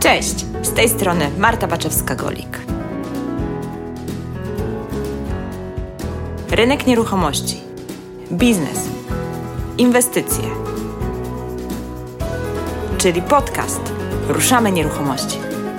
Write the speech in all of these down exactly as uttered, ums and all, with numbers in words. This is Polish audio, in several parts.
Cześć, z tej strony Marta Baczewska-Golik. Rynek nieruchomości, biznes, inwestycje, czyli podcast Ruszamy Nieruchomości.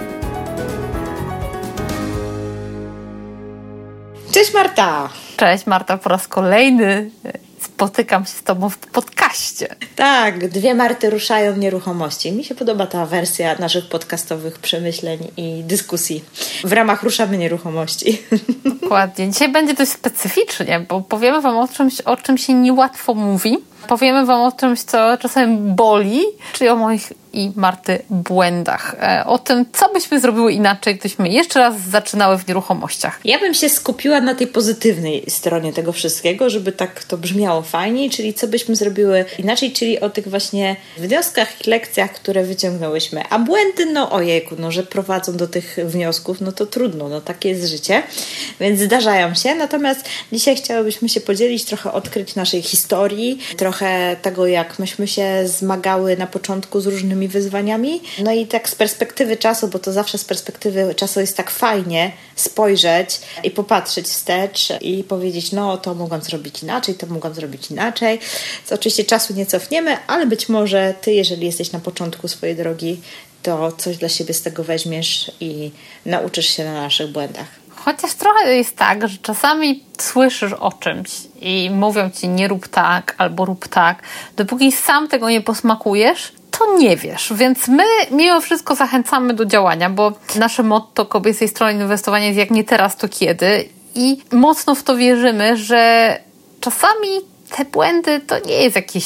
Cześć Marta! Cześć Marta, po raz kolejny spotykam się z Tobą w podcaście. Tak, dwie Marty ruszają w nieruchomości. Mi się podoba ta wersja naszych podcastowych przemyśleń i dyskusji w ramach Ruszamy Nieruchomości. Dokładnie. Dzisiaj będzie dość specyficznie, bo powiemy Wam o czymś, o czym się niełatwo mówi. Powiemy Wam o czymś, co czasem boli, czyli o moich i Marty błędach. O tym, co byśmy zrobiły inaczej, gdybyśmy jeszcze raz zaczynały w nieruchomościach. Ja bym się skupiła na tej pozytywnej stronie tego wszystkiego, żeby tak to brzmiało fajniej, czyli co byśmy zrobiły inaczej, czyli o tych właśnie wnioskach i lekcjach, które wyciągnęłyśmy. A błędy, no ojejku, no, że prowadzą do tych wniosków, no to trudno, no takie jest życie, więc zdarzają się. Natomiast dzisiaj chciałybyśmy się podzielić, trochę odkryć naszej historii, trochę tego, jak myśmy się zmagały na początku z różnymi wyzwaniami. No i tak z perspektywy czasu, bo to zawsze z perspektywy czasu jest tak fajnie spojrzeć i popatrzeć wstecz i powiedzieć, no to mogłam zrobić inaczej, to mogłam zrobić inaczej. Co oczywiście czasu nie cofniemy, ale być może Ty, jeżeli jesteś na początku swojej drogi, to coś dla siebie z tego weźmiesz i nauczysz się na naszych błędach. Chociaż trochę jest tak, że czasami słyszysz o czymś i mówią Ci nie rób tak albo rób tak. Dopóki sam tego nie posmakujesz, to nie wiesz. Więc my mimo wszystko zachęcamy do działania, bo nasze motto kobiecej strony inwestowania jest jak nie teraz, to kiedy. I mocno w to wierzymy, że czasami te błędy to nie jest jakaś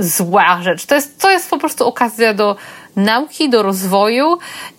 zła rzecz. To jest, to jest po prostu okazja do nauki, do rozwoju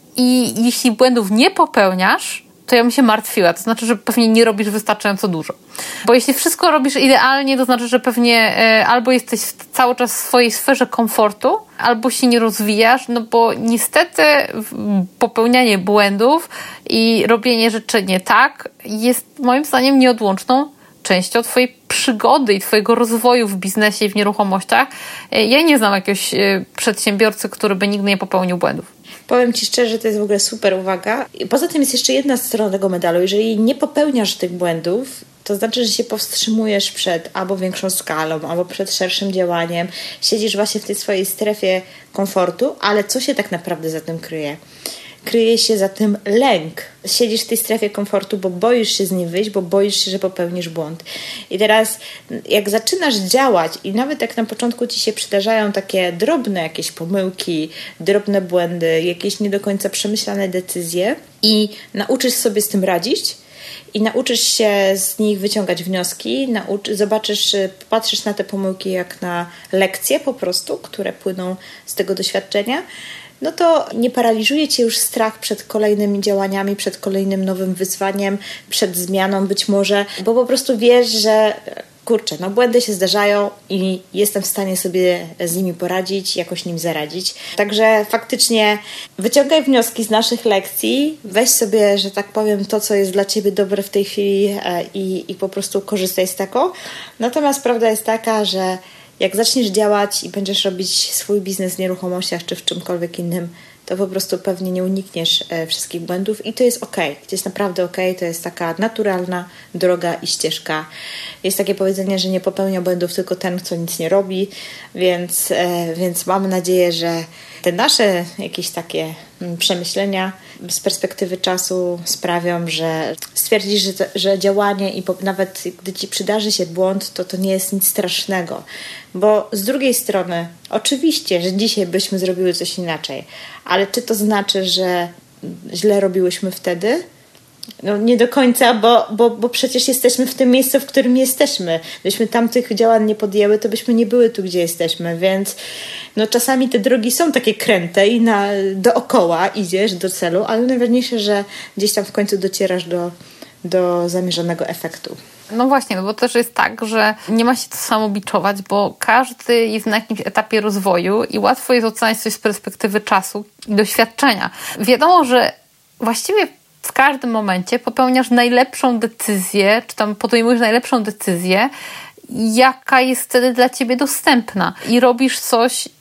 i jeśli błędów nie popełniasz, to ja bym się martwiła. To znaczy, że pewnie nie robisz wystarczająco dużo. Bo jeśli wszystko robisz idealnie, to znaczy, że pewnie e, albo jesteś cały czas w swojej sferze komfortu, albo się nie rozwijasz, no bo niestety popełnianie błędów i robienie rzeczy nie tak jest moim zdaniem nieodłączną częścią Twojej przygody i Twojego rozwoju w biznesie i w nieruchomościach. Ja nie znam jakiegoś przedsiębiorcy, który by nigdy nie popełnił błędów. Powiem Ci szczerze, to jest w ogóle super uwaga. Poza tym jest jeszcze jedna strona tego medalu. Jeżeli nie popełniasz tych błędów, to znaczy, że się powstrzymujesz przed albo większą skalą, albo przed szerszym działaniem. Siedzisz właśnie w tej swojej strefie komfortu, ale co się tak naprawdę za tym kryje? Kryje się za tym lęk. Siedzisz w tej strefie komfortu, bo boisz się z niej wyjść, bo boisz się, że popełnisz błąd. I teraz jak zaczynasz działać i nawet jak na początku Ci się przydarzają takie drobne jakieś pomyłki, drobne błędy, jakieś nie do końca przemyślane decyzje i nauczysz sobie z tym radzić, i nauczysz się z nich wyciągać wnioski, nauczy, zobaczysz, patrzysz na te pomyłki jak na lekcje po prostu, które płyną z tego doświadczenia, no to nie paraliżuje Cię już strach przed kolejnymi działaniami, przed kolejnym nowym wyzwaniem, przed zmianą być może, bo po prostu wiesz, że kurczę, no błędy się zdarzają i jestem w stanie sobie z nimi poradzić, jakoś nim zaradzić. Także faktycznie wyciągaj wnioski z naszych lekcji, weź sobie, że tak powiem, to, co jest dla Ciebie dobre w tej chwili i, i po prostu korzystaj z tego. Natomiast prawda jest taka, że jak zaczniesz działać i będziesz robić swój biznes w nieruchomościach czy w czymkolwiek innym, to po prostu pewnie nie unikniesz e, wszystkich błędów i to jest okej. To jest naprawdę okej. To jest taka naturalna droga i ścieżka. Jest takie powiedzenie, że nie popełnia błędów tylko ten, kto nic nie robi, więc, e, więc mam nadzieję, że te nasze jakieś takie przemyślenia z perspektywy czasu sprawią, że stwierdzisz, że, że działanie i po, nawet gdy Ci przydarzy się błąd, to to nie jest nic strasznego. Bo z drugiej strony, oczywiście, że dzisiaj byśmy zrobiły coś inaczej, ale czy to znaczy, że źle robiłyśmy wtedy? No nie do końca, bo, bo, bo przecież jesteśmy w tym miejscu, w którym jesteśmy. Gdybyśmy tamtych działań nie podjęły, to byśmy nie były tu, gdzie jesteśmy, więc no czasami te drogi są takie kręte i na, dookoła idziesz do celu, ale najważniejsze, że gdzieś tam w końcu docierasz do, do zamierzonego efektu. No właśnie, no bo też jest tak, że nie ma się to samobiczować, bo każdy jest na jakimś etapie rozwoju i łatwo jest oceniać coś z perspektywy czasu i doświadczenia. Wiadomo, że właściwie w każdym momencie popełniasz najlepszą decyzję, czy tam podejmujesz najlepszą decyzję, jaka jest wtedy dla Ciebie dostępna i robisz coś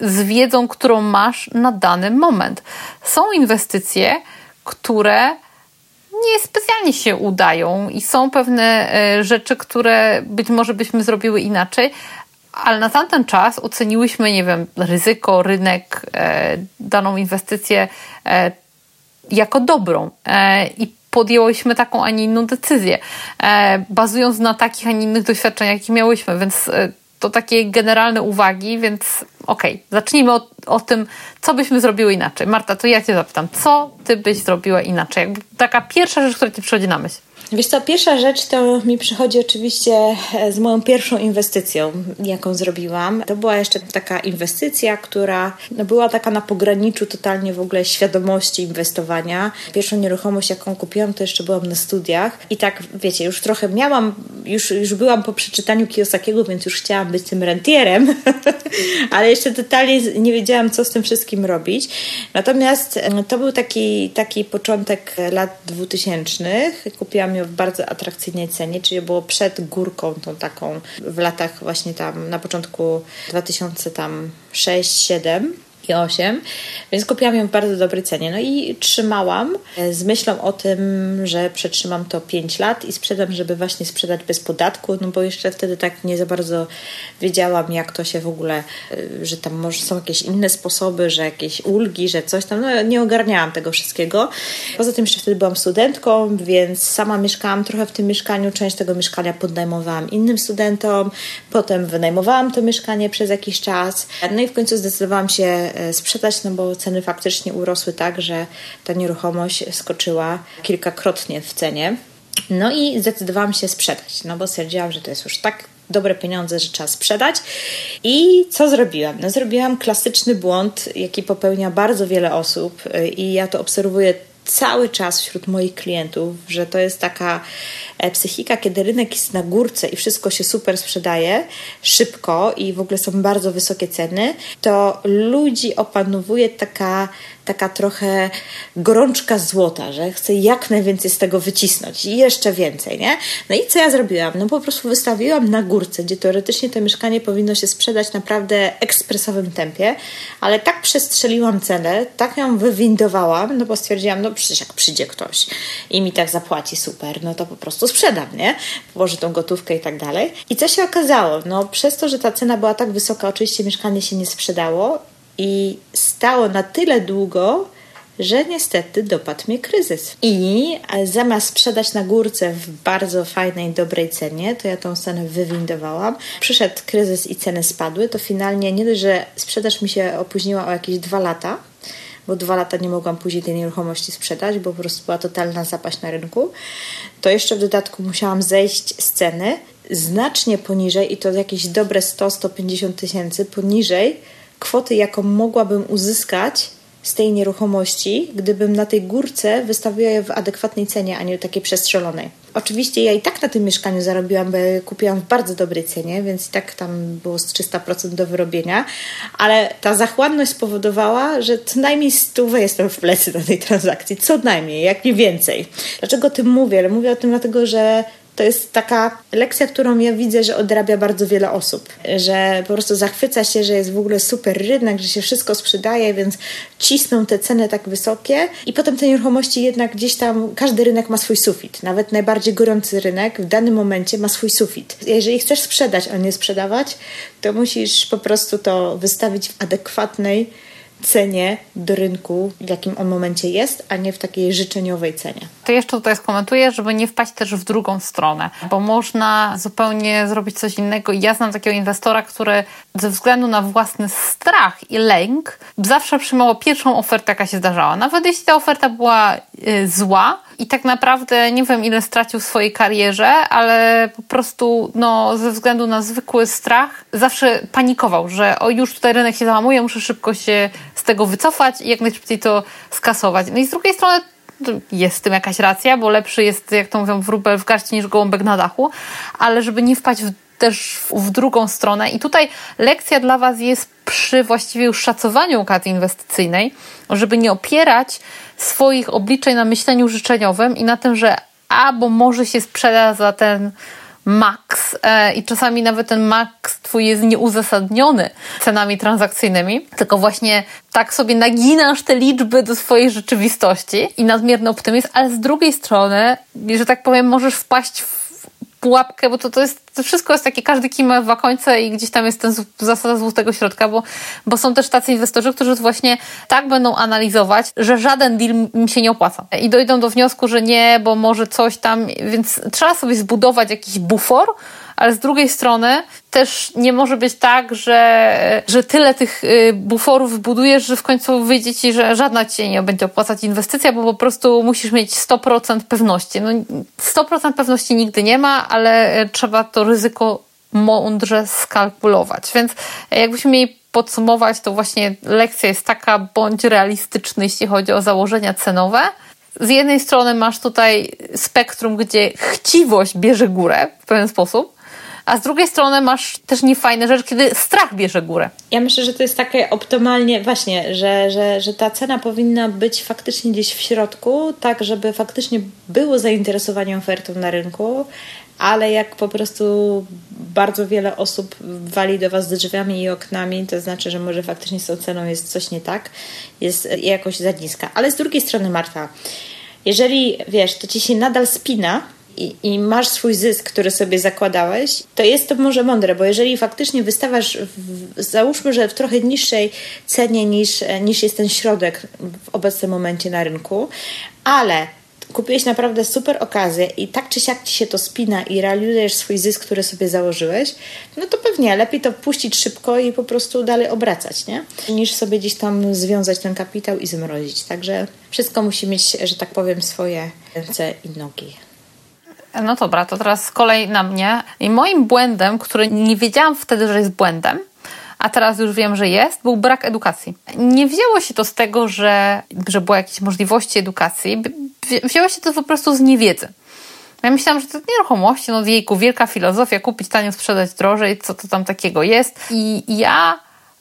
z wiedzą, którą masz na dany moment. Są inwestycje, które nie specjalnie się udają i są pewne rzeczy, które być może byśmy zrobiły inaczej, ale na tamten czas oceniłyśmy, nie wiem, ryzyko, rynek, daną inwestycję jako dobrą i podjęłyśmy taką, a nie inną decyzję, bazując na takich, a nie innych doświadczeniach, jakie miałyśmy, więc to takie generalne uwagi, więc okej, okay, zacznijmy od, o tym, co byśmy zrobiły inaczej. Marta, to ja cię zapytam, co ty byś zrobiła inaczej? Jakby taka pierwsza rzecz, która ci przychodzi na myśl. Wiesz co, pierwsza rzecz to mi przychodzi oczywiście z moją pierwszą inwestycją, jaką zrobiłam. To była jeszcze taka inwestycja, która no, była taka na pograniczu totalnie w ogóle świadomości inwestowania. Pierwszą nieruchomość, jaką kupiłam, to jeszcze byłam na studiach i tak, wiecie, już trochę miałam, już, już byłam po przeczytaniu Kiyosakiego, więc już chciałam być tym rentierem, ale jeszcze totalnie nie wiedziałam, co z tym wszystkim robić. Natomiast to był taki, taki początek lat dwutysięcznych. Kupiłam ją w bardzo atrakcyjnej cenie, czyli było przed górką tą taką w latach właśnie tam na początku dwa tysiące sześć, siedem i osiem, więc kupiłam ją w bardzo dobrej cenie. No i trzymałam z myślą o tym, że przetrzymam to pięć lat i sprzedam, żeby właśnie sprzedać bez podatku, no bo jeszcze wtedy tak nie za bardzo wiedziałam, jak to się w ogóle, że tam może są jakieś inne sposoby, że jakieś ulgi, że coś tam, no nie ogarniałam tego wszystkiego. Poza tym jeszcze wtedy byłam studentką, więc sama mieszkałam trochę w tym mieszkaniu, część tego mieszkania podnajmowałam innym studentom, potem wynajmowałam to mieszkanie przez jakiś czas, no i w końcu zdecydowałam się sprzedać, no bo ceny faktycznie urosły tak, że ta nieruchomość skoczyła kilkakrotnie w cenie. No i zdecydowałam się sprzedać, no bo stwierdziłam, że to jest już tak dobre pieniądze, że trzeba sprzedać. I co zrobiłam? No zrobiłam klasyczny błąd, jaki popełnia bardzo wiele osób i ja to obserwuję cały czas wśród moich klientów, że to jest taka psychika, kiedy rynek jest na górce i wszystko się super sprzedaje szybko i w ogóle są bardzo wysokie ceny, to ludzi opanowuje taka, taka trochę gorączka złota, że chce jak najwięcej z tego wycisnąć i jeszcze więcej, nie? No i co ja zrobiłam? No po prostu wystawiłam na górce, gdzie teoretycznie to mieszkanie powinno się sprzedać naprawdę ekspresowym tempie, ale tak przestrzeliłam cenę, tak ją wywindowałam, no bo stwierdziłam, no przecież jak przyjdzie ktoś i mi tak zapłaci super, no to po prostu sprzedam, nie? Włożę tą gotówkę i tak dalej. I co się okazało? No przez to, że ta cena była tak wysoka, oczywiście mieszkanie się nie sprzedało i stało na tyle długo, że niestety dopadł mnie kryzys. I zamiast sprzedać na górce w bardzo fajnej, dobrej cenie, to ja tą cenę wywindowałam. Przyszedł kryzys i ceny spadły, to finalnie nie dość, że sprzedaż mi się opóźniła o jakieś dwa lata, bo dwa lata nie mogłam później tej nieruchomości sprzedać, bo po prostu była totalna zapaść na rynku, to jeszcze w dodatku musiałam zejść z ceny znacznie poniżej i to jakieś dobre sto do stu pięćdziesięciu tysięcy poniżej kwoty, jaką mogłabym uzyskać z tej nieruchomości, gdybym na tej górce wystawiła je w adekwatnej cenie, a nie takiej przestrzelonej. Oczywiście ja i tak na tym mieszkaniu zarobiłam, bo je kupiłam w bardzo dobrej cenie, więc i tak tam było z trzysta procent do wyrobienia, ale ta zachłanność spowodowała, że co najmniej stówę jestem w plecy na tej transakcji, co najmniej, jak nie więcej. Dlaczego o tym mówię? Ale mówię o tym dlatego, że to jest taka lekcja, którą ja widzę, że odrabia bardzo wiele osób. Że po prostu zachwyca się, że jest w ogóle super rynek, że się wszystko sprzedaje, więc cisną te ceny tak wysokie i potem te nieruchomości jednak gdzieś tam, każdy rynek ma swój sufit. Nawet najbardziej gorący rynek w danym momencie ma swój sufit. Jeżeli chcesz sprzedać, a nie sprzedawać, to musisz po prostu to wystawić w adekwatnej cenie do rynku, w jakim on momencie jest, a nie w takiej życzeniowej cenie. To jeszcze tutaj skomentuję, żeby nie wpaść też w drugą stronę, bo można zupełnie zrobić coś innego. Ja znam takiego inwestora, który ze względu na własny strach i lęk zawsze przyjmował pierwszą ofertę, jaka się zdarzała. Nawet jeśli ta oferta była y, zła i tak naprawdę nie wiem, ile stracił w swojej karierze, ale po prostu no, ze względu na zwykły strach zawsze panikował, że o już tutaj rynek się załamuje, muszę szybko się z tego wycofać i jak najszybciej to skasować. No i z drugiej strony jest w tym jakaś racja, bo lepszy jest, jak to mówią, wróbel w garści niż gołąbek na dachu, ale żeby nie wpaść w, też w, w drugą stronę. I tutaj lekcja dla Was jest przy właściwie już szacowaniu okazji inwestycyjnej, żeby nie opierać swoich obliczeń na myśleniu życzeniowym i na tym, że a, bo może się sprzeda za ten maks e, i czasami nawet ten maks twój jest nieuzasadniony cenami transakcyjnymi, tylko właśnie tak sobie naginasz te liczby do swojej rzeczywistości i nadmierny optymizm, ale z drugiej strony, że tak powiem, możesz wpaść w pułapkę, bo to, to jest, to wszystko jest takie, każdy kij ma dwa końce i gdzieś tam jest ten zasada złotego środka, bo, bo są też tacy inwestorzy, którzy właśnie tak będą analizować, że żaden deal im się nie opłaca. I dojdą do wniosku, że nie, bo może coś tam, więc trzeba sobie zbudować jakiś bufor, ale z drugiej strony też nie może być tak, że, że tyle tych buforów budujesz, że w końcu wyjdzie ci, że żadna ci nie będzie opłacać inwestycja, bo po prostu musisz mieć sto procent pewności. No sto procent pewności nigdy nie ma, ale trzeba to ryzyko mądrze skalkulować. Więc jakbyśmy mieli podsumować, to właśnie lekcja jest taka, bądź realistyczny, jeśli chodzi o założenia cenowe. Z jednej strony masz tutaj spektrum, gdzie chciwość bierze górę w pewien sposób, a z drugiej strony masz też niefajne rzeczy, kiedy strach bierze górę. Ja myślę, że to jest takie optymalnie właśnie, że, że, że ta cena powinna być faktycznie gdzieś w środku, tak żeby faktycznie było zainteresowanie ofertą na rynku, ale jak po prostu bardzo wiele osób wali do Was z drzwiami i oknami, to znaczy, że może faktycznie z tą ceną jest coś nie tak, jest jakoś za niska. Ale z drugiej strony, Marta, jeżeli wiesz, to Ci się nadal spina i, i masz swój zysk, który sobie zakładałeś, to jest to może mądre, bo jeżeli faktycznie wystawiasz, w, załóżmy, że w trochę niższej cenie niż, niż jest ten środek w obecnym momencie na rynku, ale kupiłeś naprawdę super okazję i tak czy siak Ci się to spina i realizujesz swój zysk, który sobie założyłeś, no to pewnie lepiej to puścić szybko i po prostu dalej obracać, nie? Niż sobie gdzieś tam związać ten kapitał i zmrozić. Także wszystko musi mieć, że tak powiem, swoje ręce i nogi. No dobra, to teraz kolej na mnie. I moim błędem, który nie wiedziałam wtedy, że jest błędem, a teraz już wiem, że jest, był brak edukacji. Nie wzięło się to z tego, że, że były jakieś możliwości edukacji. Wzięło się to po prostu z niewiedzy. Ja myślałam, że to nieruchomości, no jejku, wielka filozofia, kupić tanio, sprzedać drożej, co to tam takiego jest. I ja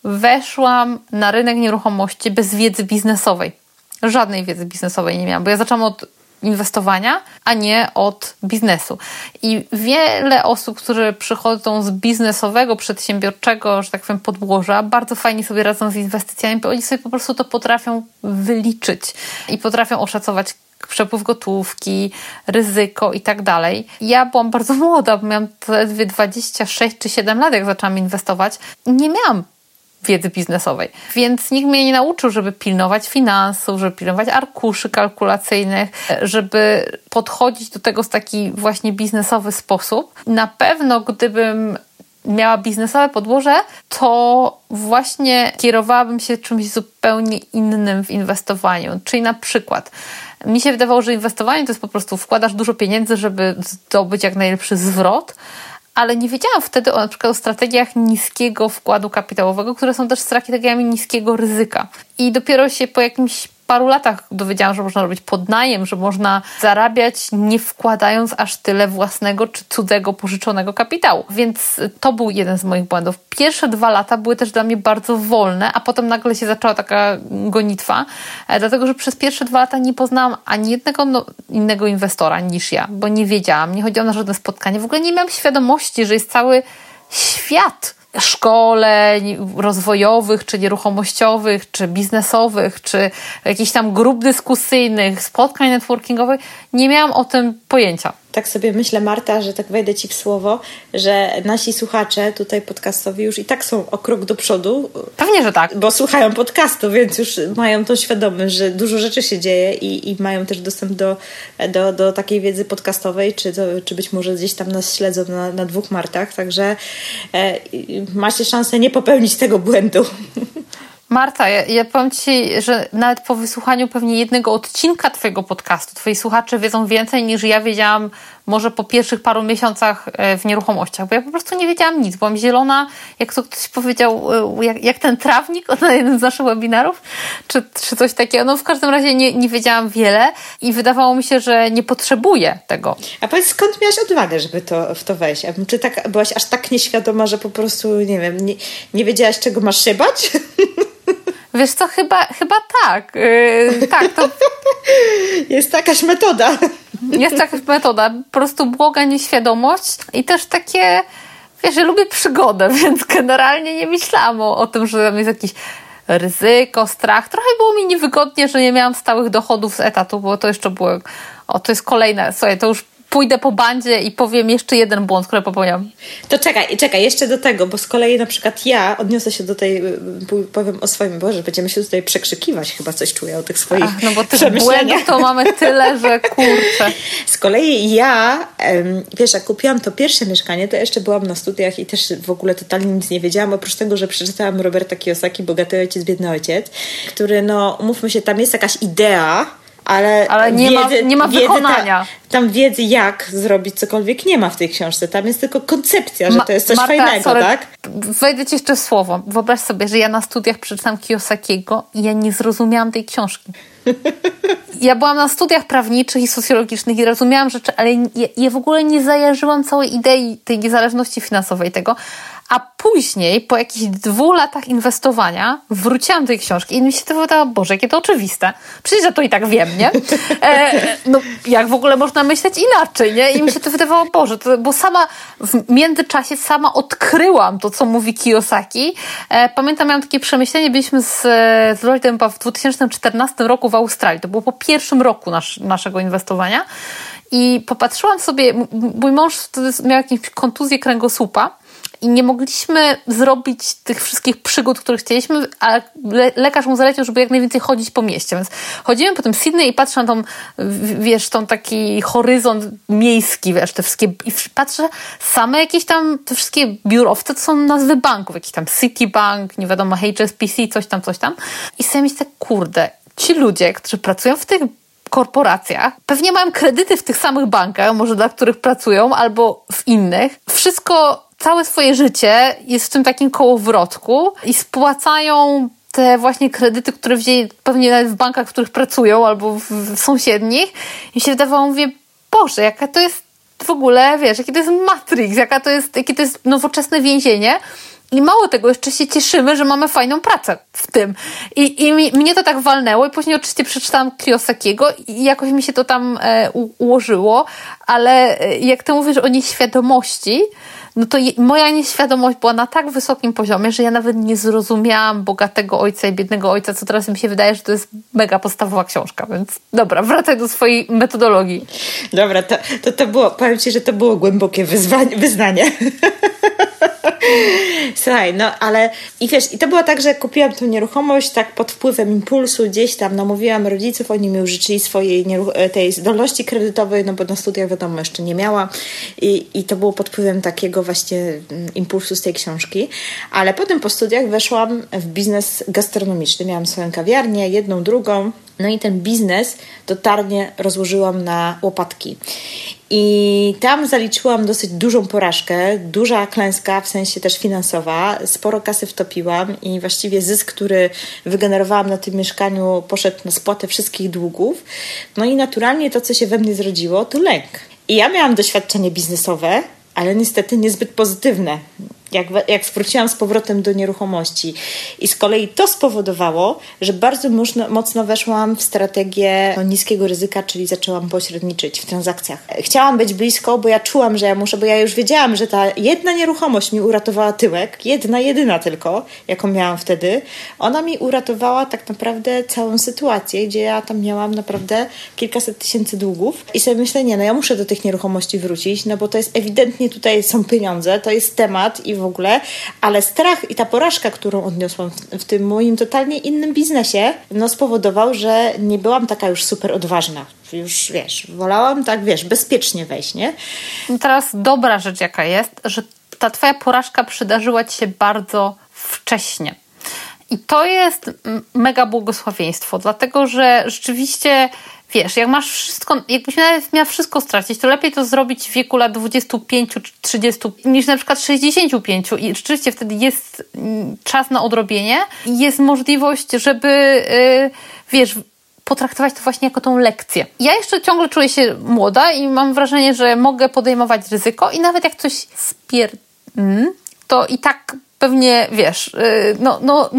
weszłam na rynek nieruchomości bez wiedzy biznesowej. Żadnej wiedzy biznesowej nie miałam, bo ja zaczęłam od inwestowania, a nie od biznesu. I wiele osób, które przychodzą z biznesowego, przedsiębiorczego, że tak powiem, podłoża, bardzo fajnie sobie radzą z inwestycjami, bo oni sobie po prostu to potrafią wyliczyć i potrafią oszacować przepływ gotówki, ryzyko i tak dalej. Ja byłam bardzo młoda, bo miałam zaledwie dwadzieścia sześć czy siedem lat, jak zaczęłam inwestować. Nie miałam wiedzy biznesowej. Więc nikt mnie nie nauczył, żeby pilnować finansów, żeby pilnować arkuszy kalkulacyjnych, żeby podchodzić do tego w taki właśnie biznesowy sposób. Na pewno gdybym miała biznesowe podłoże, to właśnie kierowałabym się czymś zupełnie innym w inwestowaniu. Czyli na przykład mi się wydawało, że inwestowanie to jest po prostu wkładasz dużo pieniędzy, żeby zdobyć jak najlepszy zwrot, ale nie wiedziałam wtedy o, na przykład o strategiach niskiego wkładu kapitałowego, które są też strategiami niskiego ryzyka. I dopiero się po jakimś paru latach dowiedziałam, że można robić podnajem, że można zarabiać nie wkładając aż tyle własnego czy cudzego pożyczonego kapitału. Więc to był jeden z moich błędów. Pierwsze dwa lata były też dla mnie bardzo wolne, a potem nagle się zaczęła taka gonitwa, dlatego że przez pierwsze dwa lata nie poznałam ani jednego no, innego inwestora niż ja, bo nie wiedziałam, nie chodziłam na żadne spotkanie, w ogóle nie miałam świadomości, że jest cały świat szkoleń rozwojowych, czy nieruchomościowych, czy biznesowych, czy jakichś tam grup dyskusyjnych, spotkań networkingowych. Nie miałam o tym pojęcia. Tak sobie myślę, Marta, że tak wejdę Ci w słowo, że nasi słuchacze tutaj podcastowi już i tak są o krok do przodu. Pewnie, że tak. Bo słuchają podcastu, więc już mają tą świadomość, że dużo rzeczy się dzieje i, i mają też dostęp do, do, do takiej wiedzy podcastowej, czy, to, czy być może gdzieś tam nas śledzą na, na dwóch Martach, także e, macie szansę nie popełnić tego błędu. Marta, ja, ja powiem Ci, że nawet po wysłuchaniu pewnie jednego odcinka Twojego podcastu, Twoi słuchacze wiedzą więcej niż ja wiedziałam może po pierwszych paru miesiącach w nieruchomościach, bo ja po prostu nie wiedziałam nic. Byłam zielona, jak to ktoś powiedział, jak, jak ten trawnik na jednym z naszych webinarów, czy, czy coś takiego. No w każdym razie nie, nie wiedziałam wiele i wydawało mi się, że nie potrzebuję tego. A powiedz, skąd miałaś odwagę, żeby to, w to wejść? Czy tak, byłaś aż tak nieświadoma, że po prostu, nie wiem, nie, nie wiedziałaś, czego masz się bać? Wiesz co, chyba, chyba tak. Yy, tak, to... Jest jakaś metoda. Jest jakaś metoda, po prostu błoga nieświadomość i też takie, wiesz, ja lubię przygodę, więc generalnie nie myślałam o, o tym, że tam jest jakiś ryzyko, strach. Trochę było mi niewygodnie, że nie miałam stałych dochodów z etatu, bo to jeszcze było, o to jest kolejne, słuchaj, to już pójdę po bandzie i powiem jeszcze jeden błąd, który popełniam. To czekaj, czekaj, jeszcze do tego, bo z kolei na przykład ja odniosę się do tej, powiem o swoim, Boże, będziemy się tutaj przekrzykiwać, chyba coś czuję o tych swoich Ach, no bo tych błędów to mamy tyle, że kurczę. Z kolei ja, wiesz, jak kupiłam to pierwsze mieszkanie, to jeszcze byłam na studiach i też w ogóle totalnie nic nie wiedziałam, oprócz tego, że przeczytałam Roberta Kiyosaki, Bogaty ojciec, biedny ojciec, który, no, umówmy się, tam jest jakaś idea, Ale, Ale nie, wiedzy, ma, nie ma wykonania. Ta, tam wiedzy, jak zrobić cokolwiek, nie ma w tej książce. Tam jest tylko koncepcja, że Ma, to jest coś Marta, fajnego, sorry, tak? Wejdę ci jeszcze słowo. Wyobraź sobie, że ja na studiach przeczytałam Kiyosakiego i ja nie zrozumiałam tej książki. Ja byłam na studiach prawniczych i socjologicznych i rozumiałam rzeczy, ale ja, ja w ogóle nie zajarzyłam całej idei tej niezależności finansowej tego. A później, po jakichś dwóch latach inwestowania, wróciłam do tej książki i mi się to wydawało, Boże, jakie to oczywiste. Przecież ja to i tak wiem, nie? E, no, jak w ogóle można myśleć inaczej, nie? I mi się to wydawało, Boże, to, bo sama w międzyczasie sama odkryłam to, co mówi Kiyosaki. E, pamiętam, miałam takie przemyślenie, byliśmy z, z Lloydem w dwa tysiące czternastym roku w Australii. To było po pierwszym roku nasz, naszego inwestowania. I popatrzyłam sobie, mój mąż wtedy miał jakąś kontuzję kręgosłupa, i nie mogliśmy zrobić tych wszystkich przygód, które chcieliśmy, a le- lekarz mu zalecił, żeby jak najwięcej chodzić po mieście. Więc chodziłem po tym Sydney i patrzę na tą, wiesz, tą taki horyzont miejski, wiesz, te wszystkie, i patrzę, same jakieś tam, te wszystkie biurowce, to są nazwy banków, jakiś tam Citibank, nie wiadomo, H S B C, coś tam, coś tam. I sobie myślę, kurde, ci ludzie, którzy pracują w tych korporacjach, pewnie mają kredyty w tych samych bankach, może dla których pracują, albo w innych. Wszystko, całe swoje życie jest w tym takim kołowrotku i spłacają te właśnie kredyty, które wzięli pewnie nawet w bankach, w których pracują, albo w, w sąsiednich. I mi się wydawało, mówię, Boże, jaka to jest w ogóle, wiesz, jaki to jest Matrix, jaka to jest, jakie to jest nowoczesne więzienie. I mało tego, jeszcze się cieszymy, że mamy fajną pracę w tym. I, i mi, mnie to tak walnęło i później oczywiście przeczytałam Kiyosakiego i jakoś mi się to tam e, u, ułożyło, ale e, jak ty mówisz o nieświadomości, no to je, moja nieświadomość była na tak wysokim poziomie, że ja nawet nie zrozumiałam Bogatego ojca i Biednego ojca, co teraz mi się wydaje, że to jest mega podstawowa książka, więc dobra, wracaj do swojej metodologii. Dobra, to, to, to było, powiem ci, że to było głębokie wyzwanie, wyznanie. Słuchaj, no ale i wiesz, i to było tak, że kupiłam tę nieruchomość tak pod wpływem impulsu gdzieś tam, namówiłam rodziców, oni mi użyczyli swojej nieruch- tej zdolności kredytowej, no bo na studiach wiadomo jeszcze nie miała i, i to było pod wpływem takiego właśnie impulsu z tej książki, ale potem po studiach weszłam w biznes gastronomiczny, miałam swoją kawiarnię, jedną, drugą, no i ten biznes totalnie rozłożyłam na łopatki. I tam zaliczyłam dosyć dużą porażkę, duża klęska, w sensie też finansowa, sporo kasy wtopiłam i właściwie zysk, który wygenerowałam na tym mieszkaniu, poszedł na spłatę wszystkich długów. No i naturalnie to, co się we mnie zrodziło, to lęk. I ja miałam doświadczenie biznesowe, ale niestety niezbyt pozytywne. Jak, jak wróciłam z powrotem do nieruchomości. I z kolei to spowodowało, że bardzo mocno, mocno weszłam w strategię niskiego ryzyka, czyli zaczęłam pośredniczyć w transakcjach. Chciałam być blisko, bo ja czułam, że ja muszę, bo ja już wiedziałam, że ta jedna nieruchomość mi uratowała tyłek, jedna, jedyna tylko, jaką miałam wtedy. Ona mi uratowała tak naprawdę całą sytuację, gdzie ja tam miałam naprawdę kilkaset tysięcy długów. I sobie myślę, nie, no ja muszę do tych nieruchomości wrócić, no bo to jest ewidentnie, tutaj są pieniądze, to jest temat i w ogóle, ale strach i ta porażka, którą odniosłam w, w tym moim totalnie innym biznesie, no spowodował, że nie byłam taka już super odważna. Już, wiesz, wolałam tak, wiesz, bezpiecznie wejść, nie? No teraz dobra rzecz jaka jest, że ta twoja porażka przydarzyła ci się bardzo wcześnie. I to jest mega błogosławieństwo, dlatego, że rzeczywiście wiesz, jak masz wszystko, jakbyś nawet miała wszystko stracić, to lepiej to zrobić w wieku lat dwudziestu pięciu czy trzydziestu niż na przykład sześćdziesięciu pięciu i rzeczywiście wtedy jest czas na odrobienie i jest możliwość, żeby yy, wiesz, potraktować to właśnie jako tą lekcję. Ja jeszcze ciągle czuję się młoda i mam wrażenie, że mogę podejmować ryzyko i nawet jak coś spier... to i tak pewnie, wiesz, yy, no, no, no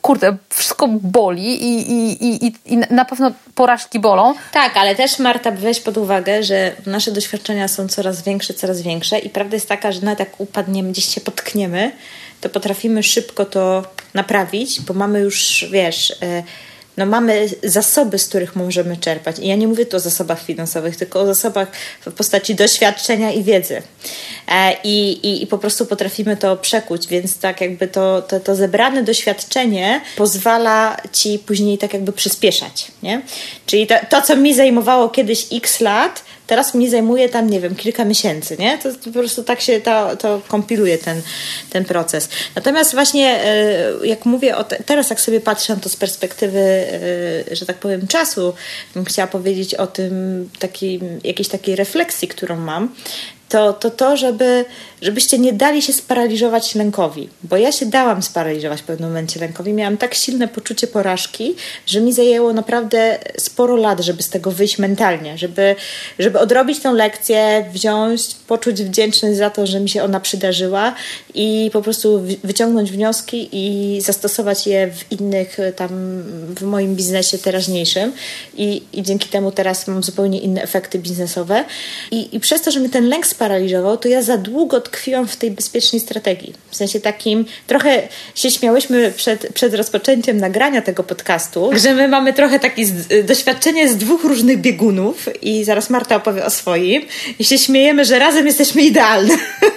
kurde, wszystko boli i, i, i, i na pewno porażki bolą. Tak, ale też Marta, weź pod uwagę, że nasze doświadczenia są coraz większe, coraz większe i prawda jest taka, że nawet jak upadniemy, gdzieś się potkniemy, to potrafimy szybko to naprawić, bo mamy już, wiesz... no mamy zasoby, z których możemy czerpać. I ja nie mówię tu o zasobach finansowych, tylko o zasobach w postaci doświadczenia i wiedzy. E, i, i, I po prostu potrafimy to przekuć, więc tak jakby to, to, to zebrane doświadczenie pozwala ci później tak jakby przyspieszać, nie? Czyli to, to, co mi zajmowało kiedyś x lat, teraz mi zajmuje tam, nie wiem, kilka miesięcy, nie? To, to po prostu tak się to, to kompiluje ten, ten proces. Natomiast właśnie jak mówię, o te, teraz jak sobie patrzę na to z perspektywy, że tak powiem, czasu, bym chciała powiedzieć o tym takim, jakiejś takiej refleksji, którą mam, to to, to żeby, żebyście nie dali się sparaliżować lękowi. Bo ja się dałam sparaliżować w pewnym momencie lękowi. Miałam tak silne poczucie porażki, że mi zajęło naprawdę sporo lat, żeby z tego wyjść mentalnie. Żeby, żeby odrobić tę lekcję, wziąć, poczuć wdzięczność za to, że mi się ona przydarzyła i po prostu wyciągnąć wnioski i zastosować je w innych tam, w moim biznesie teraźniejszym. I, i dzięki temu teraz mam zupełnie inne efekty biznesowe. I, i przez to, że mnie ten lęk sparaliżował, to ja za długo tkwiłam w tej bezpiecznej strategii. W sensie takim, trochę się śmiałyśmy przed, przed rozpoczęciem nagrania tego podcastu, że my mamy trochę takie z, doświadczenie z dwóch różnych biegunów i zaraz Marta opowie o swoim i się śmiejemy, że razem jesteśmy idealne.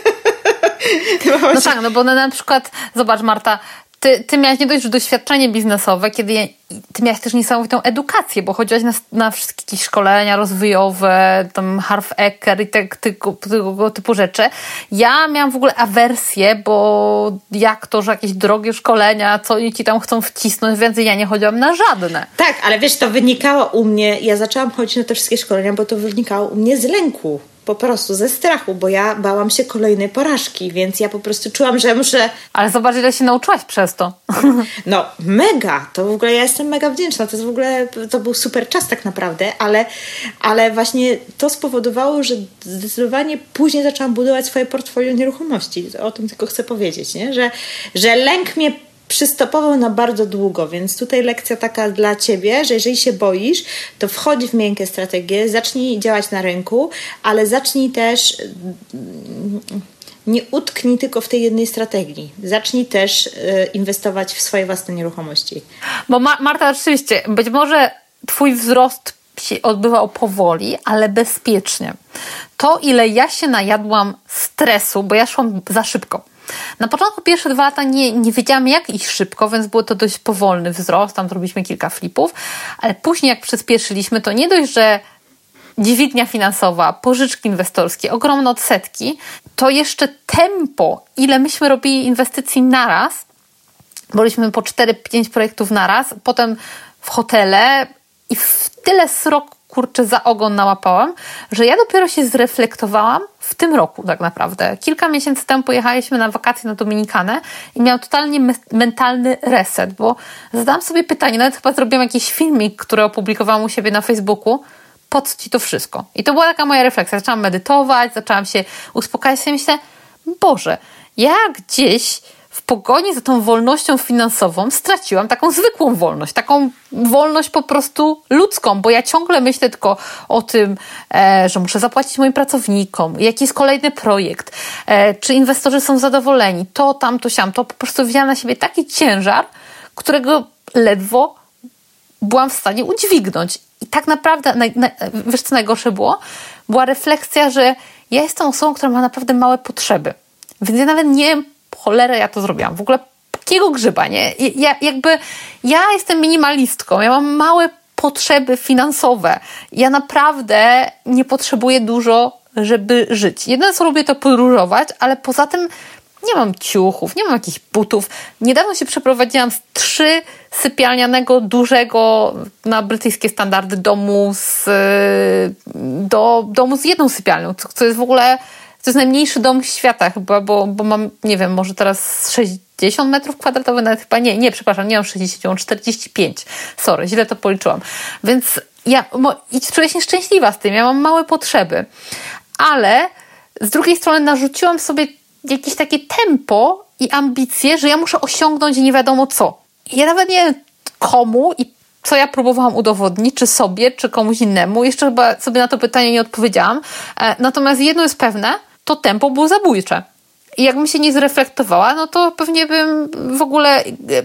No tak, no bo na przykład, zobacz Marta, Ty, ty miałaś nie dość, że doświadczenie biznesowe, kiedy je, ty miałaś też niesamowitą edukację, bo chodziłaś na, na wszystkie jakieś szkolenia rozwojowe, tam Half-Ecker i tego, tego, tego typu rzeczy. Ja miałam w ogóle awersję, bo jak to, że jakieś drogie szkolenia, co oni ci tam chcą wcisnąć, więc ja nie chodziłam na żadne. Tak, ale wiesz, to wynikało u mnie, ja zaczęłam chodzić na te wszystkie szkolenia, bo to wynikało u mnie z lęku. Po prostu ze strachu, bo ja bałam się kolejnej porażki, więc ja po prostu czułam, że muszę... Ale zobacz, ile się nauczyłaś przez to. No, mega! To w ogóle ja jestem mega wdzięczna. To jest w ogóle, to był super czas tak naprawdę, ale, ale właśnie to spowodowało, że zdecydowanie później zaczęłam budować swoje portfolio nieruchomości. O tym tylko chcę powiedzieć, nie? Że, że lęk mnie przystopował na bardzo długo, więc tutaj lekcja taka dla ciebie, że jeżeli się boisz, to wchodź w miękkie strategie, zacznij działać na rynku, ale zacznij też, nie utknij tylko w tej jednej strategii. Zacznij też inwestować w swoje własne nieruchomości. Bo Ma- Marta, rzeczywiście, być może twój wzrost się odbywał powoli, ale bezpiecznie. To, ile ja się najadłam stresu, bo ja szłam za szybko. Na początku pierwsze dwa lata nie, nie wiedziałam, jak iść szybko, więc było to dość powolny wzrost, tam zrobiliśmy kilka flipów, ale później jak przyspieszyliśmy, to nie dość, że dźwignia finansowa, pożyczki inwestorskie, ogromne odsetki, to jeszcze tempo, ile myśmy robili inwestycji naraz, bo robiliśmy po cztery pięć projektów naraz, potem w hotele i w tyle srok, kurczę, za ogon nałapałam, że ja dopiero się zreflektowałam w tym roku tak naprawdę. Kilka miesięcy temu pojechaliśmy na wakacje na Dominikanę i miałam totalnie me- mentalny reset, bo zadałam sobie pytanie, nawet chyba zrobiłam jakiś filmik, który opublikowałam u siebie na Facebooku, po co ci to wszystko? I to była taka moja refleksja. Zaczęłam medytować, zaczęłam się uspokajać i myślę, Boże, ja gdzieś w pogoni za tą wolnością finansową straciłam taką zwykłą wolność, taką wolność po prostu ludzką, bo ja ciągle myślę tylko o tym, e, że muszę zapłacić moim pracownikom, jaki jest kolejny projekt, e, czy inwestorzy są zadowoleni, to, tamto, siam, to po prostu wzięłam na siebie taki ciężar, którego ledwo byłam w stanie udźwignąć. I tak naprawdę, naj, naj, wiesz co najgorsze było? Była refleksja, że ja jestem osobą, która ma naprawdę małe potrzeby, więc ja nawet nie wiem, cholerę ja to zrobiłam. W ogóle jakiego grzyba, nie? Ja, jakby, ja jestem minimalistką, ja mam małe potrzeby finansowe. Ja naprawdę nie potrzebuję dużo, żeby żyć. Jedyne co lubię to podróżować, ale poza tym nie mam ciuchów, nie mam jakichś butów. Niedawno się przeprowadziłam z trzy sypialnianego, dużego, na brytyjskie standardy domu z, do domu z jedną sypialnią, co, co jest w ogóle to jest najmniejszy dom świata chyba, bo, bo mam, nie wiem, może teraz sześćdziesiąt metrów kwadratowych, nawet chyba nie, nie, przepraszam, nie mam sześćdziesiąt, mam czterdzieści pięć. Sorry, źle to policzyłam. Więc ja mo, i czuję się szczęśliwa z tym, ja mam małe potrzeby. Ale z drugiej strony narzuciłam sobie jakieś takie tempo i ambicje, że ja muszę osiągnąć nie wiadomo co. ja nawet nie wiem komu i co ja próbowałam udowodnić, czy sobie, czy komuś innemu. Jeszcze chyba sobie na to pytanie nie odpowiedziałam. Natomiast jedno jest pewne, to tempo było zabójcze. I jakbym się nie zreflektowała, no to pewnie bym w ogóle...